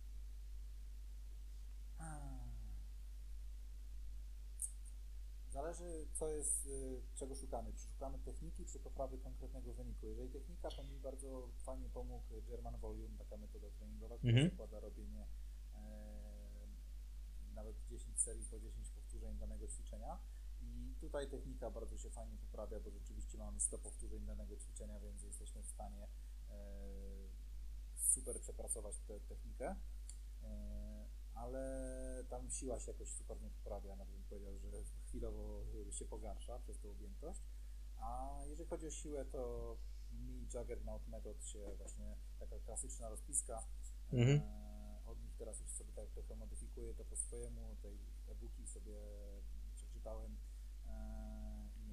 Zależy, co jest, y, czego szukamy. Czy szukamy techniki, czy poprawy konkretnego wyniku. Jeżeli technika, to mi bardzo fajnie pomógł German Volume, taka metoda treningowa, która Mhm. zakłada robienie e, nawet dziesięć serii po dziesięć powtórzeń danego ćwiczenia. I tutaj technika bardzo się fajnie poprawia, bo rzeczywiście mamy sto powtórzeń danego ćwiczenia, więc jesteśmy w stanie e, super przepracować tę technikę. E, ale tam siła się jakoś super nie poprawia, nawet bym powiedział, że chwilowo się pogarsza przez tą objętość. A jeżeli chodzi o siłę, to mi Juggernaut Method się właśnie, taka klasyczna rozpiska, Mhm. e, od nich teraz już sobie tak trochę modyfikuję to po swojemu, te e-booki sobie przeczytałem e, i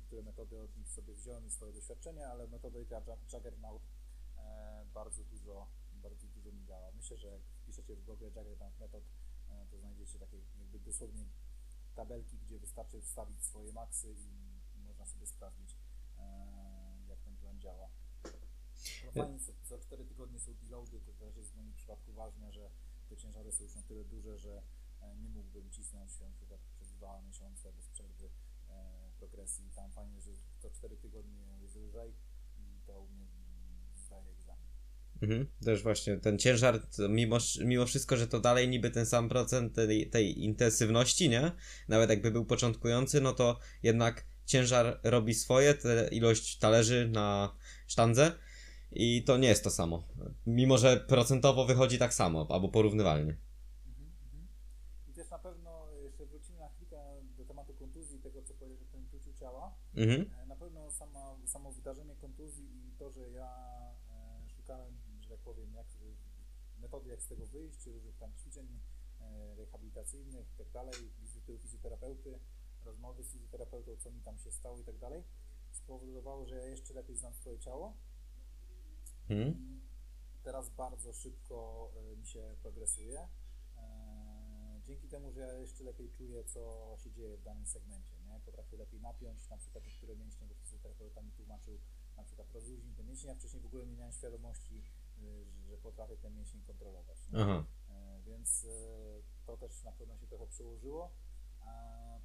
niektóre metody od nich sobie wziąłem i swoje doświadczenia, ale metodyka Juggernaut e, bardzo dużo, bardzo dużo mi dała. Myślę, że jak wpiszecie w Google Juggernaut metod, e, to znajdziecie takie jakby dosłownie tabelki, gdzie wystarczy wstawić swoje maksy i, i można sobie sprawdzić, e, jak ten plan działa. No fajnie, co, co cztery tygodnie są deloady, to też jest w moim przypadku ważne, że te ciężary są już na tyle duże, że e, nie mógłbym cisnąć się na przykład przez dwa miesiące bez przerwy e, progresji. Tam fajnie, że co cztery tygodnie jest lżej i to u mnie zdaje egzamin. Mhm. Też właśnie ten ciężar, mimo, mimo wszystko, że to dalej niby ten sam procent tej, tej intensywności, nie? Nawet jakby był początkujący, no to jednak ciężar robi swoje, tę ilość talerzy na sztandze i to nie jest to samo. Mimo, że procentowo wychodzi tak samo, albo porównywalnie. Mhm, mhm. I też na pewno, jeszcze wrócimy na chwilkę do tematu kontuzji, tego co powiedziałeś o tym czuciu ciała. Mhm. Na pewno sama, samo wydarzenie kontuzji i to, że ja e, szukałem, że tak powiem, jak, metody jak z tego wyjść, różnych tam ćwiczeń e, rehabilitacyjnych i tak dalej, wizyty u fizjoterapeuty, rozmowy z fizjoterapeutą, co mi tam się stało i tak dalej, spowodowało, że ja jeszcze lepiej znam swoje ciało. Mhm. I teraz bardzo szybko e, mi się progresuje. E, dzięki temu, że ja jeszcze lepiej czuję, co się dzieje w danym segmencie, nie? Potrafię lepiej napiąć, na przykład niektóre mięśnie, bo fizjoterapeuta mi tłumaczył, na przykład rozluźnić te mięśnie, ja wcześniej w ogóle nie miałem świadomości, y, że potrafię te mięśnie kontrolować. Nie? Aha. E, więc e, to też na pewno się trochę przełożyło, e,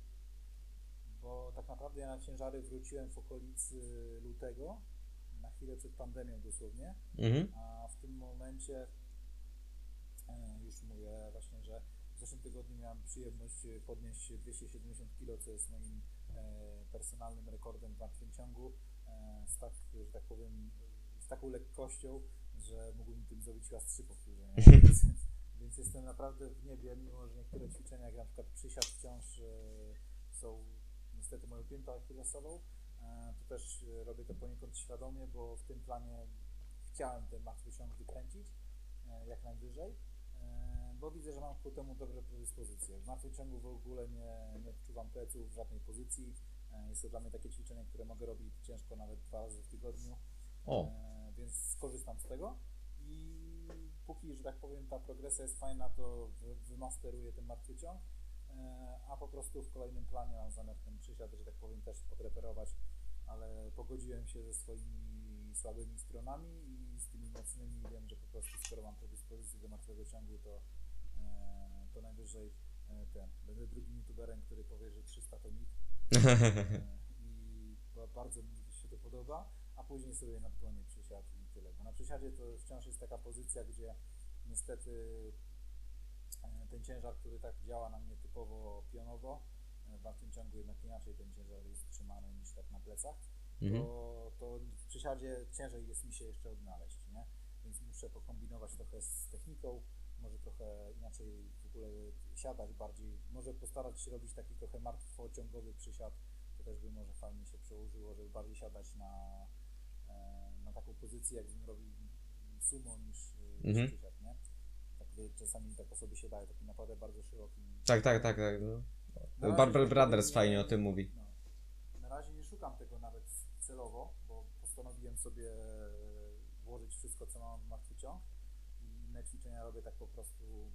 bo tak naprawdę ja na ciężary wróciłem w okolicy lutego, na chwilę przed pandemią dosłownie, Mhm. a w tym momencie e, już mówię właśnie, że w zeszłym tygodniu miałem przyjemność podnieść dwieście siedemdziesiąt kilo, co jest moim e, personalnym rekordem w martwym ciągu, e, z tak, że tak powiem, z taką lekkością, że mógłbym tym zrobić chyba z trzy powtórzenia. Więc, więc jestem naprawdę w niebie, mimo że niektóre ćwiczenia, jak na przykład przysiad wciąż e, są niestety moją piętą achillesową, e, to też robię to poniekąd świadomie, bo w tym planie chciałem ten martwy ciąg wykręcić e, jak najwyżej. Bo widzę, że mam ku temu dobre predyspozycje. W martwym ciągu w ogóle nie, nie odczuwam pleców w żadnej pozycji. Jest to dla mnie takie ćwiczenie, które mogę robić ciężko nawet dwa razy w tygodniu. O. E, więc skorzystam z tego i póki, że tak powiem, ta progresja jest fajna, to wy, wymasteruję ten martwy ciąg, e, a po prostu w kolejnym planie mam zamiar ten przysiad, że tak powiem, też podreperować, ale pogodziłem się ze swoimi słabymi stronami i z tymi mocnymi wiem, że po prostu skoro mam predyspozycję do martwego ciągu, to e, to najwyżej e, ten, będę drugim youtuberem, który powie, że trzysta to mit e, i bardzo mi się to podoba, a później sobie nadgonię przysiad i tyle, bo na przysiadzie to wciąż jest taka pozycja, gdzie niestety e, ten ciężar, który tak działa na mnie typowo pionowo, w martwym ciągu jednak inaczej ten ciężar jest trzymany niż tak na plecach, Mhm. to, to w przysiadzie ciężej jest mi się jeszcze odnaleźć, nie? Więc muszę pokombinować trochę z techniką, może trochę inaczej w ogóle siadać bardziej, może postarać się robić taki trochę martwociągowy przysiad, to też by może fajnie się przełożyło, żeby bardziej siadać na, na taką pozycję, jakbym robił sumo niż, niż Mhm. przysiad, nie? Tak czasami tak osoby się daje, taki naprawdę bardzo szerokim. Tak, tak, tak, tak. No. Na razie, Barbell że tak Brothers powiem, fajnie nie- o tym mówi. No, na razie nie szukam tego nawet celowo, bo postanowiłem sobie włożyć wszystko, co mam w martwy ciąg i inne ćwiczenia robię tak po prostu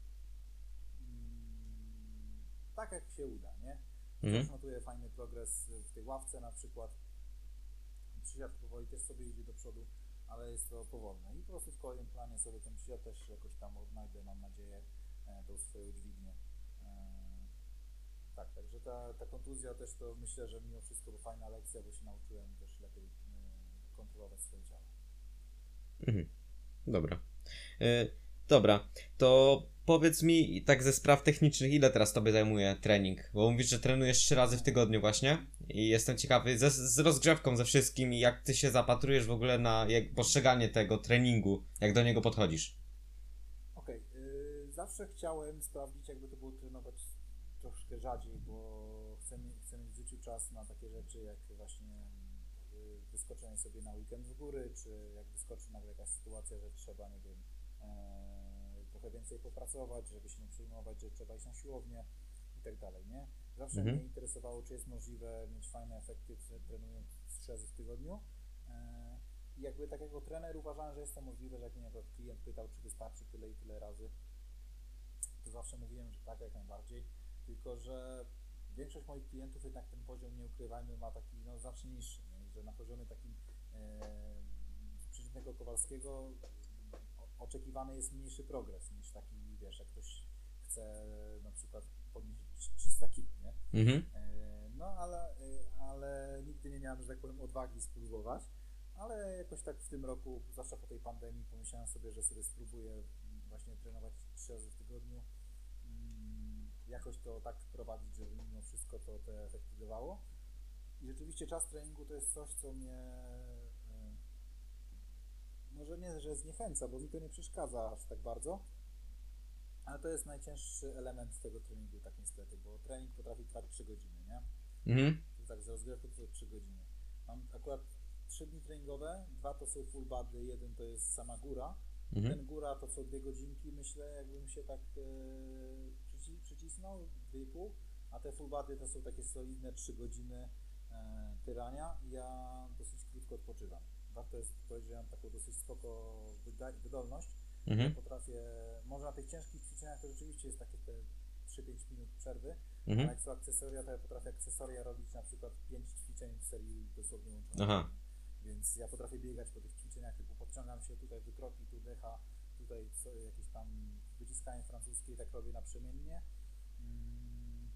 mm, tak jak się uda, nie? Mhm. Też notuję fajny progres w tej ławce na przykład. Przysiad powoli też sobie idzie do przodu, ale jest to powolne i po prostu w kolejnym planie sobie ten przysiad też jakoś tam odnajdę, mam nadzieję, e, tą swoją dźwignię. E, Tak, także ta, ta kontuzja też to myślę, że mimo wszystko fajna lekcja, bo się nauczyłem też lepiej y, kontrolować swoje ciało. Mhm. Dobra. Y, dobra, to powiedz mi tak ze spraw technicznych, ile teraz tobie zajmuje trening? Bo mówisz, że trenujesz trzy razy w tygodniu właśnie i jestem ciekawy ze, z rozgrzewką ze wszystkim i jak ty się zapatrujesz w ogóle na jak, postrzeganie tego treningu, jak do niego podchodzisz. Okej, okay, zawsze chciałem sprawdzić, jakby to było trenować troszkę rzadziej, bo chcę, mi, chcę mieć w życiu czas na takie rzeczy, jak właśnie y, wyskoczenie sobie na weekend w góry, czy jak wyskoczy nagle jakaś sytuacja, że trzeba, nie wiem, e, trochę więcej popracować, żeby się nie przejmować, że trzeba iść na siłownię i tak dalej, nie? Zawsze Mhm. mnie interesowało, czy jest możliwe mieć fajne efekty trenując trzy razy w tygodniu. I jakby tak jako trener uważałem, że jest to możliwe, że jak mnie klient pytał, czy wystarczy tyle i tyle razy, to zawsze mówiłem, że tak, jak najbardziej. Tylko że większość moich klientów jednak ten poziom, nie ukrywajmy, ma taki no, znacznie niższy, nie? Że na poziomie takim e, przeciętnego Kowalskiego oczekiwany jest mniejszy progres niż taki, wiesz, jak ktoś chce na przykład podnieść trzysta kilo, nie? Mhm. E, no ale, ale nigdy nie miałem, że tak powiem, odwagi spróbować, ale jakoś tak w tym roku, zwłaszcza po tej pandemii, pomyślałem sobie, że sobie spróbuję właśnie trenować trzy razy w tygodniu, jakoś to tak prowadzić, żeby mimo wszystko to te efekty dawało. I rzeczywiście czas treningu to jest coś, co mnie e, może nie, że zniechęca, bo mi to nie przeszkadza aż tak bardzo, ale to jest najcięższy element tego treningu, tak niestety, bo trening potrafi trwać trzy godziny, nie? Mhm. To tak, z rozgrzewką to trzy godziny. Mam akurat trzy dni treningowe, dwa to są full body, jeden to jest sama góra. Mhm. Ten góra to co dwie godzinki, myślę, jakbym się tak e, przyci przycisnął, dwie i pół, a te full body to są takie solidne trzy godziny e, tyrania i ja dosyć krótko odpoczywam. Warto jest powiedzieć, że mam taką dosyć spoko wydolność. Mhm. Ja potrafię, może na tych ciężkich ćwiczeniach to rzeczywiście jest takie te trzy pięć minut przerwy, Mhm. ale jak są akcesoria, to ja potrafię akcesoria robić na przykład pięć ćwiczeń w serii dosłownie łączonej. Aha. Więc ja potrafię biegać po tych ćwiczeniach, typu podciągam się tutaj wykroki, tu decha, tutaj co, jakieś tam wyciskanie francuskie i tak robię naprzemiennie. Mm,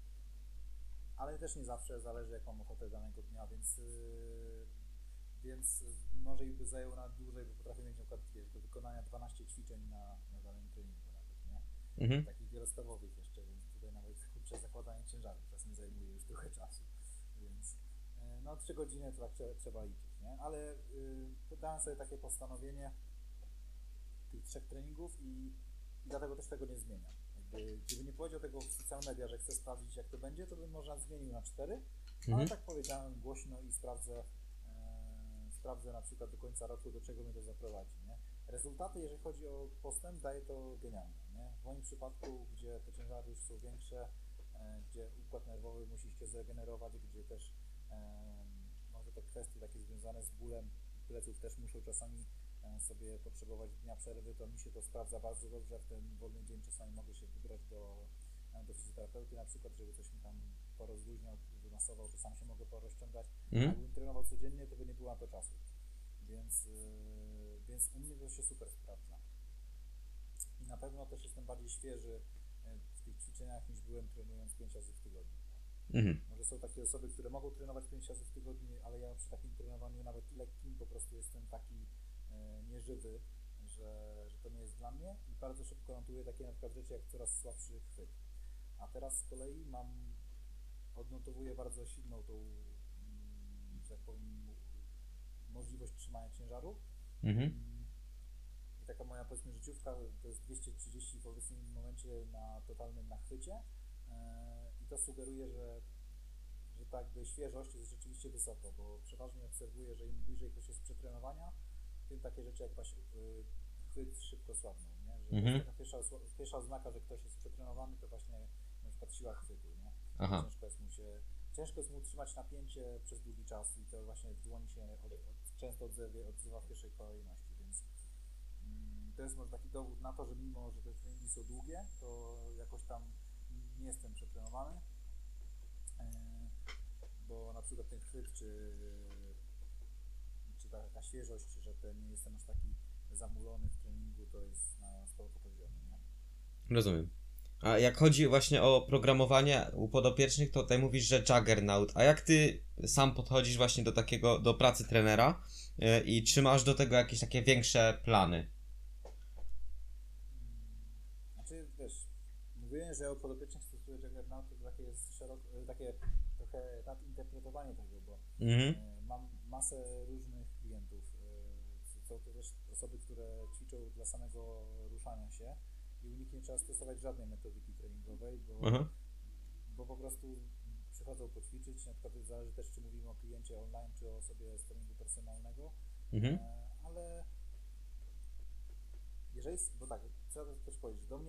ale też nie zawsze, zależy jak mam ochotę danego dnia, więc yy, więc może by zajęło nawet dłużej, bo potrafię mieć na przykład, wiesz, do wykonania dwanaście ćwiczeń na, na danym treningu nawet, nie? Mhm. Takich wielostawowych jeszcze, więc tutaj nawet kurczę, zakładanie ciężarów czasem zajmuje już trochę czasu, więc no trzy godziny to tak trzeba, trzeba liczyć, nie? Ale yy, dałem sobie takie postanowienie tych trzech treningów i, i dlatego też tego nie zmieniam. Jakby, gdyby nie powiedział tego w social media, że chcę sprawdzić jak to będzie, to bym może zmienił na cztery, Mhm. ale tak powiedziałem głośno i sprawdzę, yy, sprawdzę na przykład do końca roku, do czego mnie to zaprowadzi, nie? Rezultaty, jeżeli chodzi o postęp, daje to genialnie, nie? W moim przypadku, gdzie te ciężary już są większe, yy, gdzie układ nerwowy musi się zregenerować, gdzie też może te kwestie takie związane z bólem pleców też muszą czasami sobie potrzebować dnia przerwy, to mi się to sprawdza bardzo dobrze. W ten wolny dzień czasami mogę się wybrać do, do fizjoterapeuty na przykład, żeby coś mi tam porozluźniał, wymasował, czy sam się mogę porozciągać. Mhm. A jakbym trenował codziennie, to by nie było na to czasu. Więc, yy, więc u mnie to się super sprawdza. I na pewno też jestem bardziej świeży w tych ćwiczeniach niż byłem trenując pięć razy w tygodniu. Mhm. Może są takie osoby, które mogą trenować pięć razy w tygodniu, ale ja przy takim trenowaniu nawet lekkim po prostu jestem taki e, nieżywy, że, że to nie jest dla mnie i bardzo szybko notuję takie na przykład rzeczy jak coraz słabszy chwyt. A teraz z kolei mam, odnotowuję bardzo silną tą, mm, że tak powiem, możliwość trzymania ciężaru. Mhm. I taka moja, powiedzmy, życiówka to jest dwieście trzydzieści w obecnym momencie na totalnym nachwycie. I to sugeruje, że, że tak by świeżość jest rzeczywiście wysoko, bo przeważnie obserwuję, że im bliżej ktoś jest przetrenowania, tym takie rzeczy jak właśnie chwyt szybko słabną, nie? Że Mhm. to jest taka pierwsza, pierwsza oznaka, że ktoś jest przetrenowany, to właśnie na przykład siła chwytu, nie? Aha. Ciężko jest mu się, ciężko jest mu utrzymać napięcie przez długi czas i to właśnie w dłoni się od, od, często odzywa, odzywa w pierwszej kolejności, więc mm, to jest może taki dowód na to, że mimo, że te treningi są długie, to jakoś tam nie jestem przetrenowany, bo na przykład ten chwyt, czy, czy ta, ta świeżość, że ten nie jestem aż taki zamulony w treningu, to jest na spoko poziomie, nie? Rozumiem. A jak chodzi właśnie o programowanie u podopiecznych, to tutaj mówisz, że Juggernaut. A jak ty sam podchodzisz właśnie do takiego, do pracy trenera yy, i czy masz do tego jakieś takie większe plany? Znaczy, wiesz, mówiłem, że o podopiecznych stosuję Juggernaut, to takie jest szeroko, takie trochę nadinterpretowanie tego, bo Mhm. y, mam masę różnych klientów. Y, są to też osoby, które ćwiczą dla samego ruszania się i u nich nie trzeba stosować żadnej metodyki treningowej, bo, Aha. bo po prostu przychodzą poćwiczyć, na przykład zależy też, czy mówimy o kliencie online, czy o osobie z treningu personalnego, Mhm. y, ale jeżeli, bo tak, trzeba też powiedzieć, że do mnie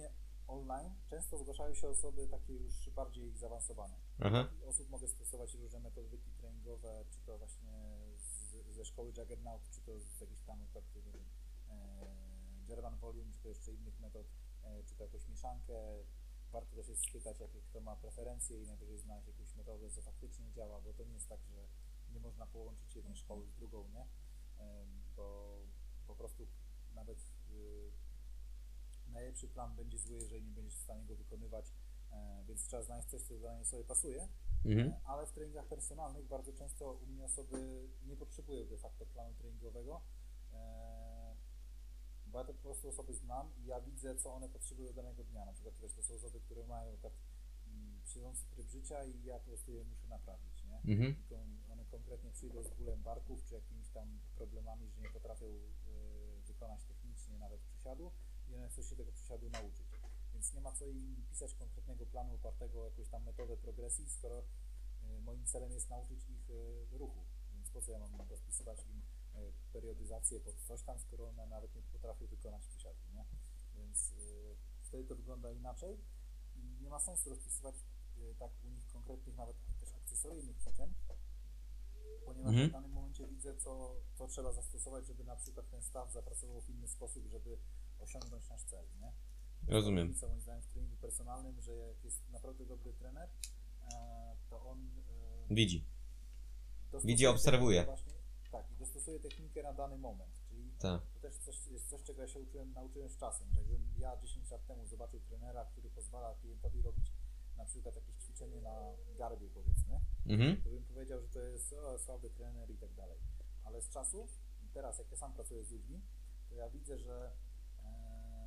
online często zgłaszają się osoby takie już bardziej zaawansowane. Aha. Takich osób mogę stosować różne metodyki treningowe, czy to właśnie z, ze szkoły Juggernaut, czy to z jakichś tam metod, nie wiem, e, German Volume, czy to jeszcze innych metod, e, czy to jakąś mieszankę. Warto też jest spytać, jakie kto ma preferencje i najwyżej znaleźć jakąś metodę, co faktycznie działa, bo to nie jest tak, że nie można połączyć jednej szkoły z drugą, nie? E, bo po prostu nawet y, najlepszy plan będzie zły, jeżeli nie będziesz w stanie go wykonywać, e, więc trzeba znaleźć coś, co dla niej sobie pasuje, Mhm. e, ale w treningach personalnych bardzo często u mnie osoby nie potrzebują de facto planu treningowego, e, bo ja to po prostu osoby znam i ja widzę, co one potrzebują danego dnia. Na przykład wiesz, to są osoby, które mają tak mm, siedzący tryb życia i ja po prostu je muszę naprawić, nie? Mhm. I kon- one konkretnie przyjdą z bólem barków, czy jakimiś tam problemami, że nie potrafią e, wykonać technicznie nawet przysiadu i one chcą się tego przysiadu nauczyć. Więc nie ma co im pisać konkretnego planu opartego o jakąś tam metodę progresji, skoro e, moim celem jest nauczyć ich e, ruchu. Więc po co ja mam rozpisywać im e, periodyzację pod coś tam, skoro one nawet nie potrafią wykonać przysiadu, nie? Więc e, wtedy to wygląda inaczej i nie ma sensu rozpisywać e, tak u nich konkretnych nawet też akcesoryjnych ćwiczeń, ponieważ Mhm. w danym momencie widzę, co, co trzeba zastosować, żeby na przykład ten staw zapracował w inny sposób, żeby osiągnąć nasz cel, nie? Rozumiem. Różnica moim zdaniem w treningu personalnym, że jak jest naprawdę dobry trener, e, to on e, Widzi. dostosuje Widzi, obserwuje. technikę Właśnie, tak, i dostosuje technikę na dany moment, czyli Tak. to też coś, jest coś, czego ja się uczyłem, nauczyłem z czasem, że jakbym ja dziesięć lat temu zobaczył trenera, który pozwala klientowi robić na przykład jakieś ćwiczenie na garbie, powiedzmy, Mhm. to bym powiedział, że to jest o, słaby trener i tak dalej. Ale z czasu, i teraz jak ja sam pracuję z ludźmi, to ja widzę, że, e,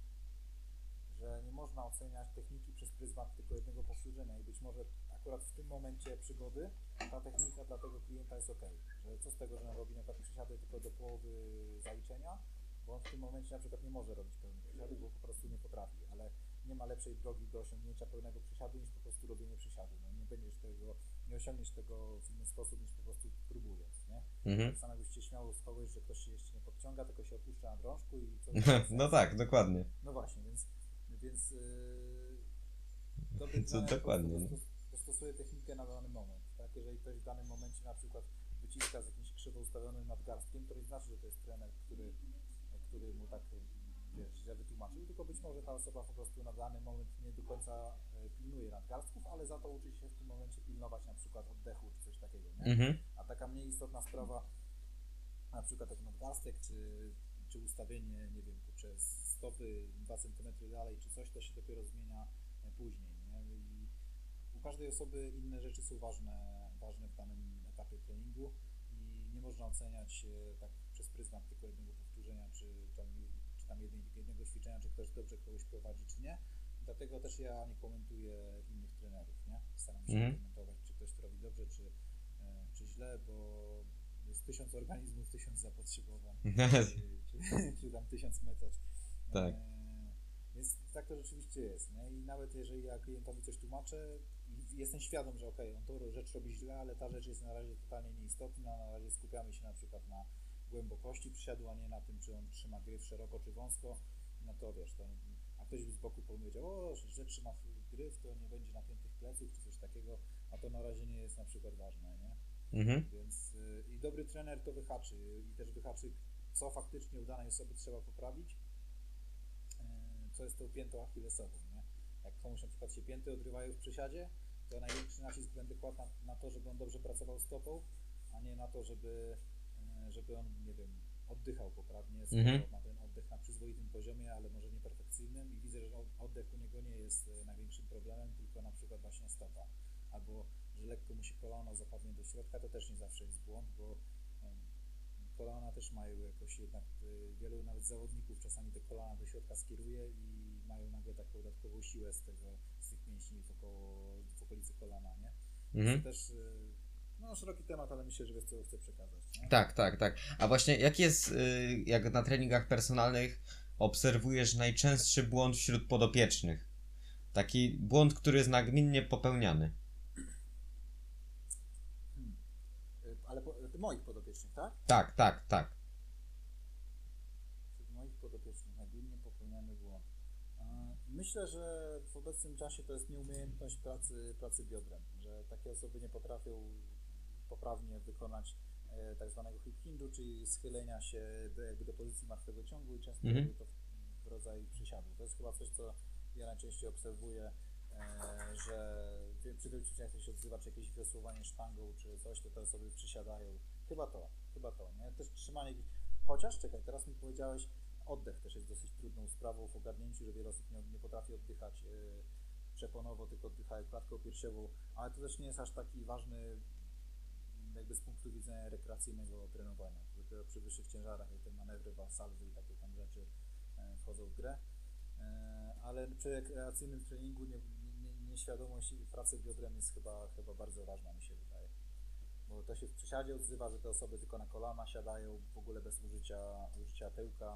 że nie można oceniać techniki przez pryzmat tylko jednego powtórzenia i być może akurat w tym momencie przygody ta technika dla tego klienta jest ok. Że co z tego, że on robi na przykład przysiady tylko do połowy zaliczenia, bo on w tym momencie na przykład nie może robić pełnych przysiadów, bo po prostu nie potrafi, ale nie ma lepszej drogi do osiągnięcia pełnego przysiadu niż po prostu robienie przysiadu. No, nie będziesz tego, nie osiągniesz tego w inny sposób niż po prostu próbując, nie? Mhm. Tak samo jakbyście śmiało skołeś, że ktoś się jeszcze nie podciąga, tylko się opuszcza na drążku i co. No tak, dokładnie. No właśnie, więc, więc yy, dobry Co trener dokładnie, po no. prostu dostosuje technikę na dany moment, tak? Jeżeli ktoś w danym momencie na przykład wyciska z jakimś krzywo ustawionym nadgarstkiem, to nie znaczy, że to jest trener, który, który mu tak, wiesz, źle wytłumaczył, tylko być może ta osoba po prostu na dany moment nie do końca e, pilnuje nadgarstków, ale za to uczy się w tym momencie pilnować na przykład oddechu czy coś takiego, nie? Mhm. A taka mniej istotna sprawa, na przykład jak nadgarstek, czy, czy ustawienie, nie wiem, poprzez stopy dwa centymetry dalej, czy coś, to się dopiero zmienia e, później, nie? I u każdej osoby inne rzeczy są ważne, ważne w danym etapie treningu i nie można oceniać e, tak przez pryzmat tylko jednego powtórzenia, czy tam, czy tam jednej, jednego ćwiczenia, czy ktoś dobrze kogoś prowadzi, czy nie. Dlatego też ja nie komentuję innych trenerów, nie? Staram się Mhm. nie komentować, czy ktoś to robi dobrze, czy, e, czy źle, bo jest tysiąc organizmów, tysiąc zapotrzebowań, czy, czy, czy tam tysiąc metod. Tak. E, więc tak to rzeczywiście jest, nie? I nawet jeżeli ja klientowi coś tłumaczę i jestem świadom, że okej, on tą rzecz robi źle, ale ta rzecz jest na razie totalnie nieistotna, na razie skupiamy się na przykład na głębokości przysiadu, a nie na tym, czy on trzyma gryf szeroko czy wąsko, no to wiesz, to, a ktoś by z boku powiedział, o, że źle trzyma gryf, to nie będzie napiętych pleców czy coś takiego, a to na razie nie jest na przykład ważne, nie? Mhm. Więc y, i dobry trener to wyhaczy i też wyhaczy, co faktycznie u danej osoby trzeba poprawić, y, co jest tą piętą achillesową, nie? Jak komuś na przykład się pięty odrywają w przysiadzie, to największy nacisk będę kładł na, na to, żeby on dobrze pracował stopą, a nie na to, żeby, y, żeby on, nie wiem, oddychał poprawnie, skoro Mhm. ma ten oddech na przyzwoitym poziomie, ale może nie perfekcyjnym i widzę, że oddech u niego nie jest y, największym problemem, tylko na przykład właśnie stopa. Albo, że lekko mu się kolano zapadnie do środka, to też nie zawsze jest błąd, bo em, kolana też mają jakoś jednak, y, wielu nawet zawodników czasami te kolana do środka skieruje i mają nagle taką dodatkową siłę z tego, z tych mięśni wokoło, w okolicy kolana, nie? Mhm. To też, y, no szeroki temat, ale myślę, że wiesz, co chcę przekazać, nie? Tak, tak, tak. A właśnie jaki jest, y, jak na treningach personalnych obserwujesz najczęstszy błąd wśród podopiecznych? Taki błąd, który jest nagminnie popełniany. Hmm. Y, Ale po, y, moich podopiecznych, tak? Tak, tak, tak. Wśród moich podopiecznych nagminnie popełniany błąd. A, Myślę, że w obecnym czasie to jest nieumiejętność pracy, pracy biodrem, że takie osoby nie potrafią poprawnie wykonać e, tak zwanego hip hinge'u, czyli schylenia się do, jakby do pozycji martwego ciągu i często Mhm. robią to w, w rodzaju przysiadu. To jest chyba coś, co ja najczęściej obserwuję, e, że przy tych ćwiczeniach, jak się odzywa, czy jakieś wiosłowanie sztangą, czy coś, to te osoby przysiadają. Chyba to, chyba to, nie? Też trzymanie, chociaż, czekaj, teraz mi powiedziałeś, oddech też jest dosyć trudną sprawą w ogarnięciu, że wiele osób nie, nie potrafi oddychać yy, przeponowo, tylko oddychają klatką piersiową, ale to też nie jest aż taki ważny jakby z punktu widzenia rekreacyjnego trenowania. Dopiero przy wyższych ciężarach, jak te manewry walsalwy i takie tam rzeczy yy, wchodzą w grę, yy, ale przy rekreacyjnym treningu nie, nie, nieświadomość pracy biodrem jest chyba, chyba bardzo ważna, mi się wydaje. Bo to się w przysiadzie odzywa, że te osoby tylko na kolana siadają, w ogóle bez użycia, użycia tyłka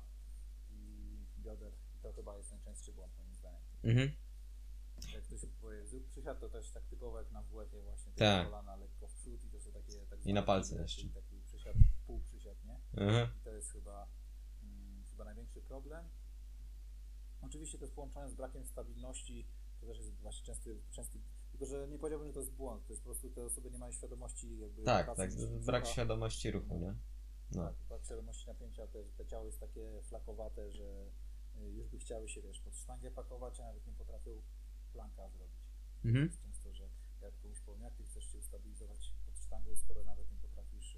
i bioder. I to chyba jest najczęstszy błąd, moim zdaniem. Mhm. Jak ktoś powie, zrób przysiad, to też tak typowo jak na W F-ie właśnie, Tak. kolana lekko w przód i to są takie tak I na zwane palce piruety, jeszcze. taki przysiad, pół przysiad, nie? Mhm. I to jest chyba, hmm, chyba największy problem. Oczywiście to jest połączone z brakiem stabilności, to też jest właśnie częsty, częsty tylko że nie powiedziałbym, że to jest błąd, to jest po prostu te osoby nie mają świadomości jakby Tak, pracy tak, mięśni brak brzucha. świadomości ruchu, nie? No. Tak, brak świadomości napięcia, te, te ciało jest takie flakowate, że y, już by chciały się, wiesz, pod sztangę pakować, a nawet nie potrafią planka zrobić. Mhm. Jest często, że jak komuś powiem, jak ty chcesz się ustabilizować pod sztangą, skoro nawet nie potrafisz y,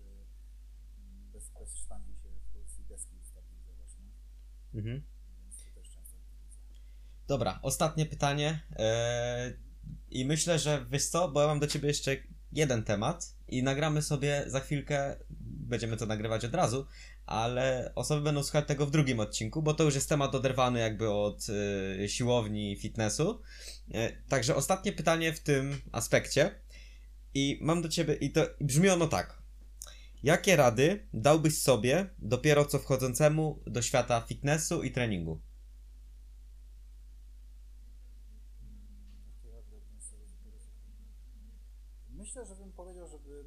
y, bez, bez sztangi się w pozycji deski ustabilizować, nie? Mhm. Więc to też często widzę. Dobra, ostatnie pytanie. Eee, I myślę, że wiesz co, bo ja mam do ciebie jeszcze jeden temat i nagramy sobie za chwilkę, będziemy to nagrywać od razu, ale osoby będą słuchać tego w drugim odcinku, bo to już jest temat oderwany jakby od e, siłowni, fitnessu. E, także ostatnie pytanie w tym aspekcie i mam do ciebie, i to i brzmi ono tak. Jakie rady dałbyś sobie dopiero co wchodzącemu do świata fitnessu i treningu? Jakie rady bym sobie dopiero co- Myślę, że bym powiedział, żeby,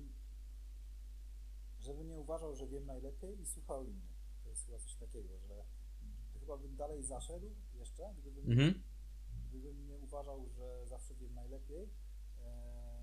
żeby nie uważał, że wiem najlepiej i słuchał innych. To jest chyba coś takiego, że chyba bym dalej zaszedł jeszcze, gdybym, Mhm. gdybym nie uważał, że zawsze wiem najlepiej e,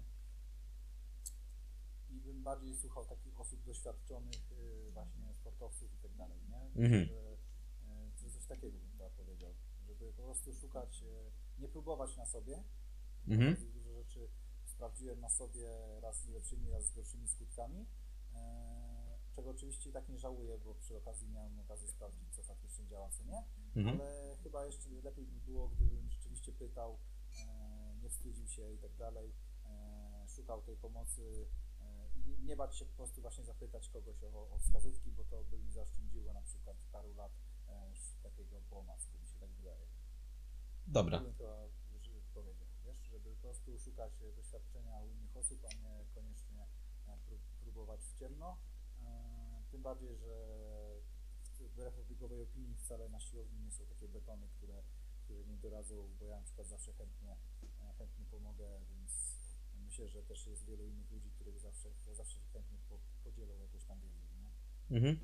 i bym bardziej słuchał takich osób doświadczonych, e, właśnie sportowców i tak dalej, nie? Mhm. Że, e, to coś takiego bym chyba powiedział, żeby po prostu szukać, e, nie próbować na sobie. Mhm. Bardzo dużo rzeczy sprawdziłem na sobie, raz z lepszymi, raz z gorszymi skutkami, e, czego oczywiście i tak nie żałuję, bo przy okazji miałem okazję sprawdzić, co faktycznie działa, co nie, Mhm. ale chyba jeszcze lepiej by było, gdybym rzeczywiście pytał, e, nie wstydził się i tak dalej, e, szukał tej pomocy e, i nie, nie bać się po prostu właśnie zapytać kogoś o, o wskazówki, bo to by mi zaoszczędziło na przykład paru lat e, takiego pomacku, mi się tak wydaje. Dobra. To bym chyba że powiedział, wiesz, żeby po prostu szukać e, doświadczenia u innych osób, a nie koniecznie e, prób, próbować w ciemno. E, tym bardziej, że wbrew obiegowej opinii wcale na siłowni nie są takie betony, które, które nie doradzą, bo ja na przykład zawsze chętnie, e, chętnie pomogę, więc myślę, że też jest wielu innych ludzi, których zawsze, zawsze chętnie po, podzielą jakąś tam wiedzą, nie? Mhm.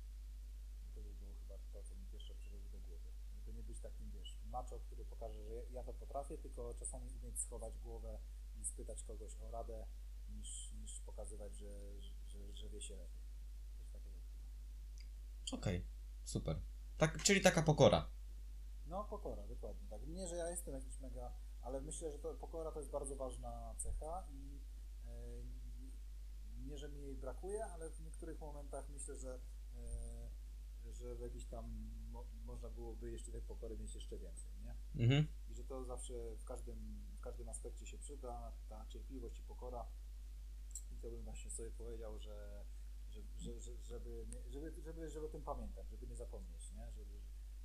To by było chyba to, co mi pierwsze przychodzi do głowy. Żeby nie być takim, wiesz, macho, który pokaże, że ja to potrafię, tylko czasami umieć schować głowę i spytać kogoś o radę, niż, niż pokazywać, że, że, że wie się lepiej. Coś takiego. Okej, super. Tak, czyli taka pokora. No, pokora, dokładnie. Tak. Nie, że ja jestem jakiś mega, ale myślę, że to, pokora to jest bardzo ważna cecha i e, nie, że mi jej brakuje, ale w niektórych momentach myślę, że e, że w jakiś tam mo, można byłoby jeszcze tej pokory mieć jeszcze więcej, nie? Mhm. I że to zawsze w każdym, w każdym aspekcie się przyda, ta cierpliwość i pokora. I to bym właśnie sobie powiedział, że, że, że, że żeby, nie, żeby, żeby, żeby o tym pamiętać, żeby nie zapomnieć, nie? Żeby,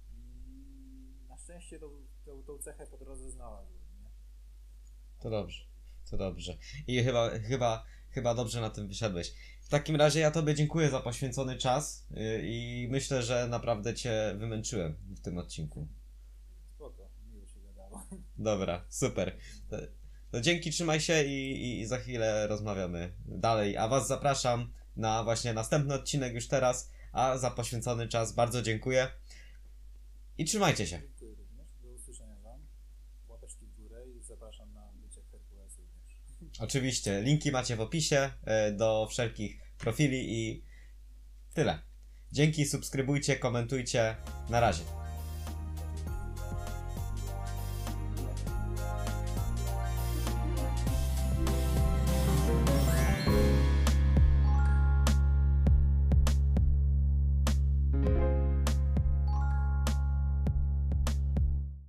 i na szczęście tą, tą, tą cechę po drodze znalazłem, nie? To dobrze, to dobrze. I chyba, chyba, chyba dobrze na tym wyszedłeś. W takim razie ja Tobie dziękuję za poświęcony czas yy, i myślę, że naprawdę Cię wymęczyłem w tym odcinku. Spoko, miło się gadało. Dobra, super. To, to dzięki, trzymaj się i, i za chwilę rozmawiamy dalej. A Was zapraszam na właśnie następny odcinek już teraz, a za poświęcony czas bardzo dziękuję i trzymajcie się. Dziękuję również, do usłyszenia Wam. Oczywiście, linki macie w opisie e, do wszelkich profili i tyle. Dzięki, subskrybujcie, komentujcie. Na razie.